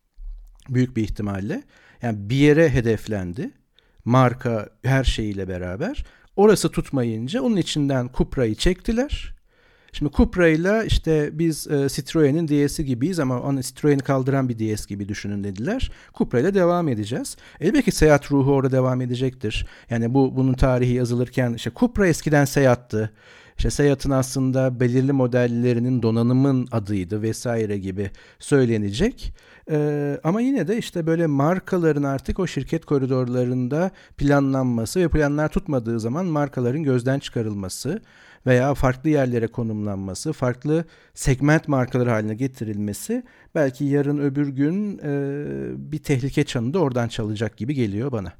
büyük bir ihtimalle. Yani bir yere hedeflendi. Marka her şeyiyle beraber. Orası tutmayınca onun içinden Cupra'yı çektiler. Şimdi Cupra'yla işte biz Citroen'in DS'i gibiyiz ama onu Citroen'i kaldıran bir DS gibi düşünün dediler. Cupra'yla devam edeceğiz. Elbette ki Seat ruhu orada devam edecektir. Yani bunun tarihi yazılırken işte Cupra eskiden Seat'tı. İşte Seat'ın aslında belirli modellerinin donanımın adıydı vesaire gibi söylenecek. Ama yine de işte böyle markaların artık o şirket koridorlarında planlanması ve planlar tutmadığı zaman markaların gözden çıkarılması veya farklı yerlere konumlanması, farklı segment markaları haline getirilmesi belki yarın öbür gün bir tehlike çanı da oradan çalacak gibi geliyor bana.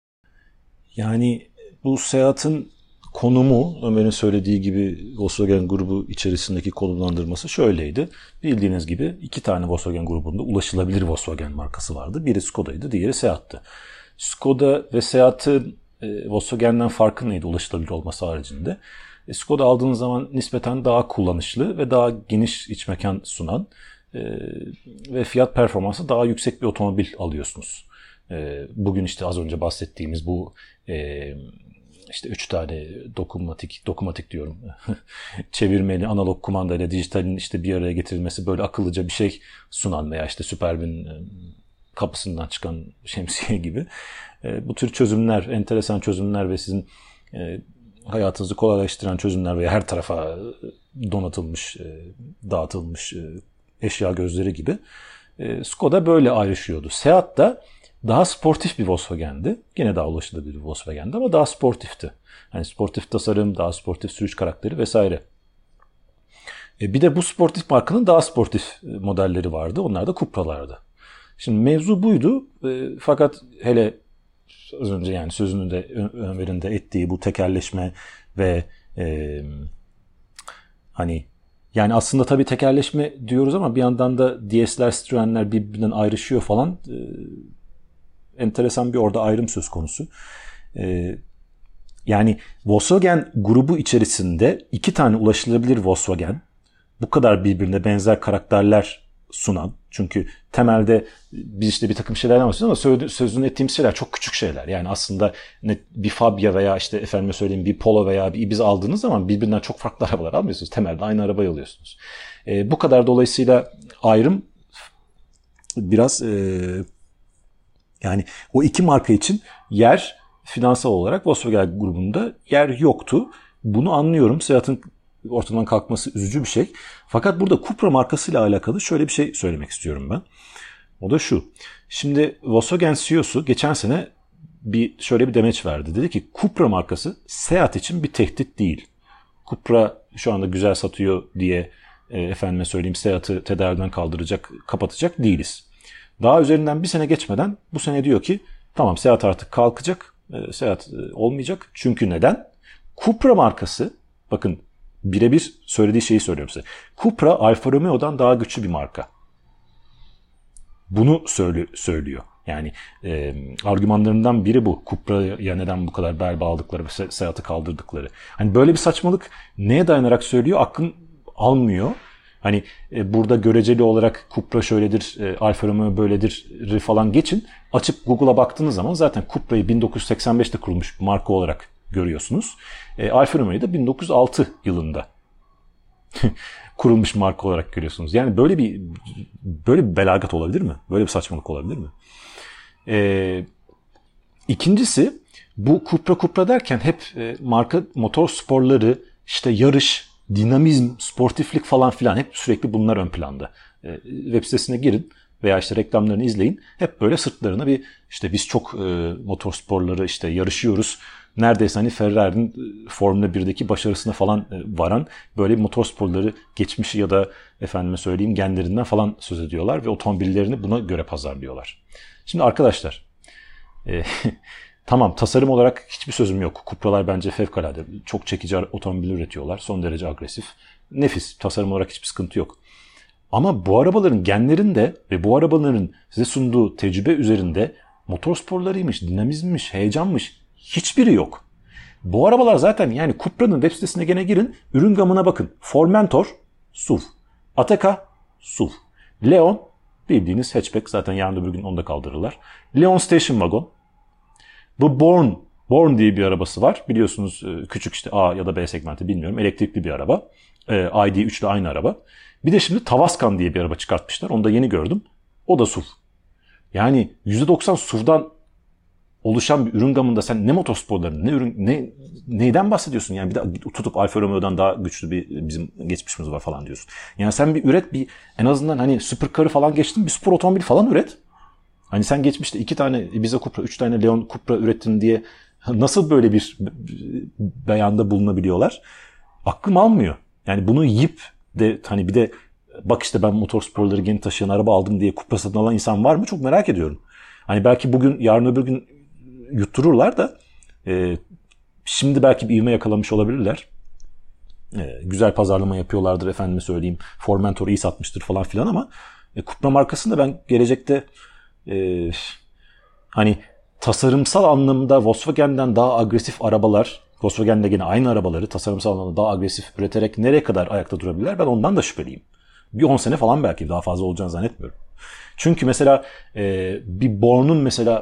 Yani bu Seat'ın konumu, Ömer'in söylediği gibi Volkswagen grubu içerisindeki konumlandırması şöyleydi. Bildiğiniz gibi iki tane Volkswagen grubunda ulaşılabilir Volkswagen markası vardı. Biri Skoda'ydı, diğeri Seat'tı. Skoda ve Seat'ın Volkswagen'den farkı neydi ulaşılabilir olması haricinde? Skoda aldığınız zaman nispeten daha kullanışlı ve daha geniş iç mekan sunan ve fiyat performansı daha yüksek bir otomobil alıyorsunuz. Bugün işte az önce bahsettiğimiz bu işte 3 tane dokunmatik diyorum. Çevirmeli analog kumandayla dijitalin işte bir araya getirilmesi, böyle akıllıca bir şey sunan veya işte Superb'in kapısından çıkan şemsiye gibi. Bu tür çözümler, enteresan çözümler ve sizin hayatınızı kolaylaştıran çözümler veya her tarafa donatılmış, dağıtılmış eşya gözleri gibi. Skoda böyle ayrışıyordu. Seat da daha sportif bir Volkswagen'di. Yine daha ulaşılabilir bir Volkswagen'di ama daha sportifti. Yani sportif tasarım, daha sportif sürüş karakteri vesaire. Bir de bu sportif markanın daha sportif modelleri vardı. Onlar da Cupra'lardı. Şimdi mevzu buydu. Fakat hele az önce yani sözünün de Ömer'in de ettiği bu tekelleşme ve hani yani aslında tabii tekelleşme diyoruz ama bir yandan da DS'ler, Citroen'ler birbirinden ayrışıyor falan. Enteresan bir orada ayrım söz konusu. Yani Volkswagen grubu içerisinde 2 tane ulaşılabilir Volkswagen, bu kadar birbirine benzer karakterler sunan, çünkü temelde biz işte bir takım şeylerden bahsediyoruz ama sözünü ettiğimiz şeyler çok küçük şeyler. Yani aslında bir Fabia veya işte efendime söyleyeyim bir Polo veya bir Ibiza aldığınız zaman birbirinden çok farklı arabalar almıyorsunuz. Temelde aynı arabayı alıyorsunuz. Bu kadar dolayısıyla ayrım biraz yani o 2 marka için yer finansal olarak Volkswagen grubunda yer yoktu. Bunu anlıyorum. Seat'ın ortadan kalkması üzücü bir şey. Fakat burada Cupra markasıyla alakalı şöyle bir şey söylemek istiyorum ben. O da şu. Şimdi Volkswagen CEO'su geçen sene şöyle bir demeç verdi. Dedi ki Cupra markası Seat için bir tehdit değil. Cupra şu anda güzel satıyor diye efendime söyleyeyim Seat'ı tedaviden kaldıracak, kapatacak değiliz. Daha üzerinden bir sene geçmeden bu sene diyor ki tamam Seat artık kalkacak. Seat olmayacak. Çünkü neden? Cupra markası, bakın birebir söylediği şeyi söylüyorum size. Cupra Alfa Romeo'dan daha güçlü bir marka. Bunu söylüyor. Yani argümanlarından biri bu. Cupra'ya neden bu kadar bel bağladıkları ve Seat'ı kaldırdıkları. Hani böyle bir saçmalık neye dayanarak söylüyor? Aklım almıyor. Hani burada göreceli olarak Cupra şöyledir, Alfa Romeo böyledir falan geçin. Açıp Google'a baktığınız zaman zaten Cupra'yı 1985'te kurulmuş bir marka olarak görüyorsunuz. Alfa Romeo'yu da 1906 yılında kurulmuş marka olarak görüyorsunuz. Yani böyle bir belagat olabilir mi? Böyle bir saçmalık olabilir mi? İkincisi, bu Cupra derken hep marka motor sporları, işte yarış, dinamizm, sportiflik falan filan hep sürekli bunlar ön planda. Web sitesine girin veya işte reklamlarını izleyin. Hep böyle sırtlarına bir işte biz çok motor sporları işte yarışıyoruz. Neredeyse hani Ferrari'nin Formula 1'deki başarısına falan varan böyle bir motor sporları geçmişi ya da efendime söyleyeyim genlerinden falan söz ediyorlar ve otomobillerini buna göre pazarlıyorlar. Şimdi arkadaşlar tamam tasarım olarak hiçbir sözüm yok. Cupra'lar bence fevkalade. Çok çekici otomobil üretiyorlar. Son derece agresif. Nefis. Tasarım olarak hiçbir sıkıntı yok. Ama bu arabaların genlerinde ve bu arabaların size sunduğu tecrübe üzerinde motor sporlarıymış, dinamizmmiş, heyecanmış hiçbiri yok. Bu arabalar zaten yani Cupra'nın web sitesine gene girin. Ürün gamına bakın. Formentor, SUV. Ateca, SUV. Leon, bildiğiniz hatchback. Zaten yarın öbür gün onu da kaldırırlar. Leon Station Wagon. Bu Born diye bir arabası var. Biliyorsunuz küçük işte A ya da B segmenti bilmiyorum. Elektrikli bir araba. ID3 ile aynı araba. Bir de şimdi Tavascan diye bir araba çıkartmışlar. Onu da yeni gördüm. O da SUV. Yani %90 SUV'dan oluşan bir ürün gamında sen ne motosporları, neyden bahsediyorsun? Yani bir de tutup Alfa Romeo'dan daha güçlü bir bizim geçmişimiz var falan diyorsun. Yani sen bir üret, bir en azından hani supercar'ı falan geçtin, bir spor otomobil falan üret. Hani sen geçmişte 2 tane Ibiza Cupra, 3 tane Leon Cupra ürettin diye nasıl böyle bir beyanda bulunabiliyorlar? Aklım almıyor. Yani bunu yiyip de hani bir de bak işte ben motorsporları geni taşıyan araba aldım diye Cupra satın alan insan var mı? Çok merak ediyorum. Hani belki bugün yarın öbür gün yuttururlar da şimdi belki bir ivme yakalamış olabilirler. Güzel pazarlama yapıyorlardır efendime söyleyeyim. Formentor iyi satmıştır falan filan ama Cupra markasında ben gelecekte hani tasarımsal anlamda Volkswagen'den daha agresif arabalar, Volkswagen'le gene aynı arabaları tasarımsal anlamda daha agresif üreterek nereye kadar ayakta durabilirler? Ben ondan da şüpheliyim. Bir 10 sene falan belki daha fazla olacağını zannetmiyorum. Çünkü mesela bir Born'un mesela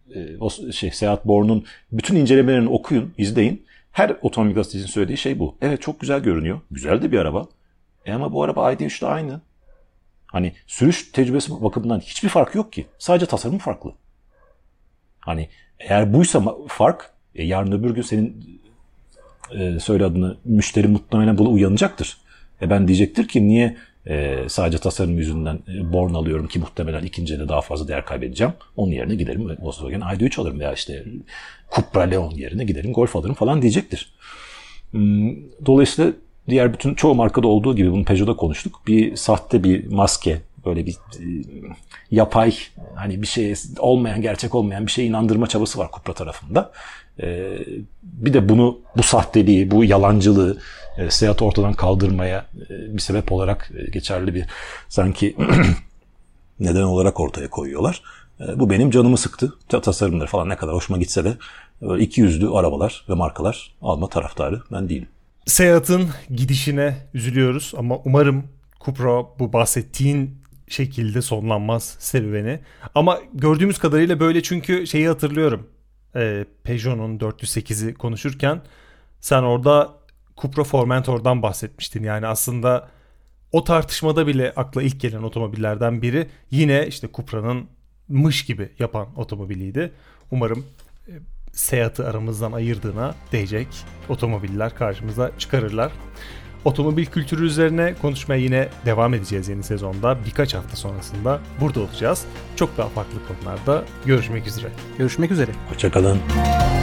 Seat Born'un bütün incelemelerini okuyun, izleyin. Her otomobil gazetecinin söylediği şey bu. Evet, çok güzel görünüyor. Güzel de bir araba. Ama bu araba ID3'te aynı. Hani sürüş tecrübesi bakımından hiçbir fark yok ki. Sadece tasarım farklı. Hani eğer buysa fark, yarın öbür gün senin söyle adını, müşteri muhtemelen buna uyanacaktır. Ben diyecektir ki niye sadece tasarım yüzünden Born alıyorum ki muhtemelen ikinci elde daha fazla değer kaybedeceğim. Onun yerine giderim Volkswagen ID3 alırım veya işte Cupra Leon yerine giderim Golf alırım falan diyecektir. Dolayısıyla diğer bütün çoğu markada olduğu gibi, bunu Peugeot'da konuştuk. Bir sahte bir maske, böyle bir yapay, hani bir şey olmayan, gerçek olmayan bir şeye inandırma çabası var Cupra tarafında. Bir de bu sahteliği, bu yalancılığı Seat ortadan kaldırmaya bir sebep olarak geçerli bir sanki neden olarak ortaya koyuyorlar. Bu benim canımı sıktı. Tasarımları falan ne kadar hoşuma gitse de iki yüzlü arabalar ve markalar alma taraftarı ben değilim. Seat'ın gidişine üzülüyoruz ama umarım Cupra bu bahsettiğin şekilde sonlanmaz serüveni. Ama gördüğümüz kadarıyla böyle, çünkü şeyi hatırlıyorum. Peugeot'un 408'i konuşurken sen orada Cupra Formentor'dan bahsetmiştin. Yani aslında o tartışmada bile akla ilk gelen otomobillerden biri yine işte Cupra'nın mış gibi yapan otomobiliydi. Umarım Seat'ı aramızdan ayırdığına değecek otomobiller karşımıza çıkarırlar. Otomobil kültürü üzerine konuşmaya yine devam edeceğiz yeni sezonda. Birkaç hafta sonrasında burada olacağız. Çok daha farklı konularda görüşmek üzere. Görüşmek üzere. Hoşça kalın.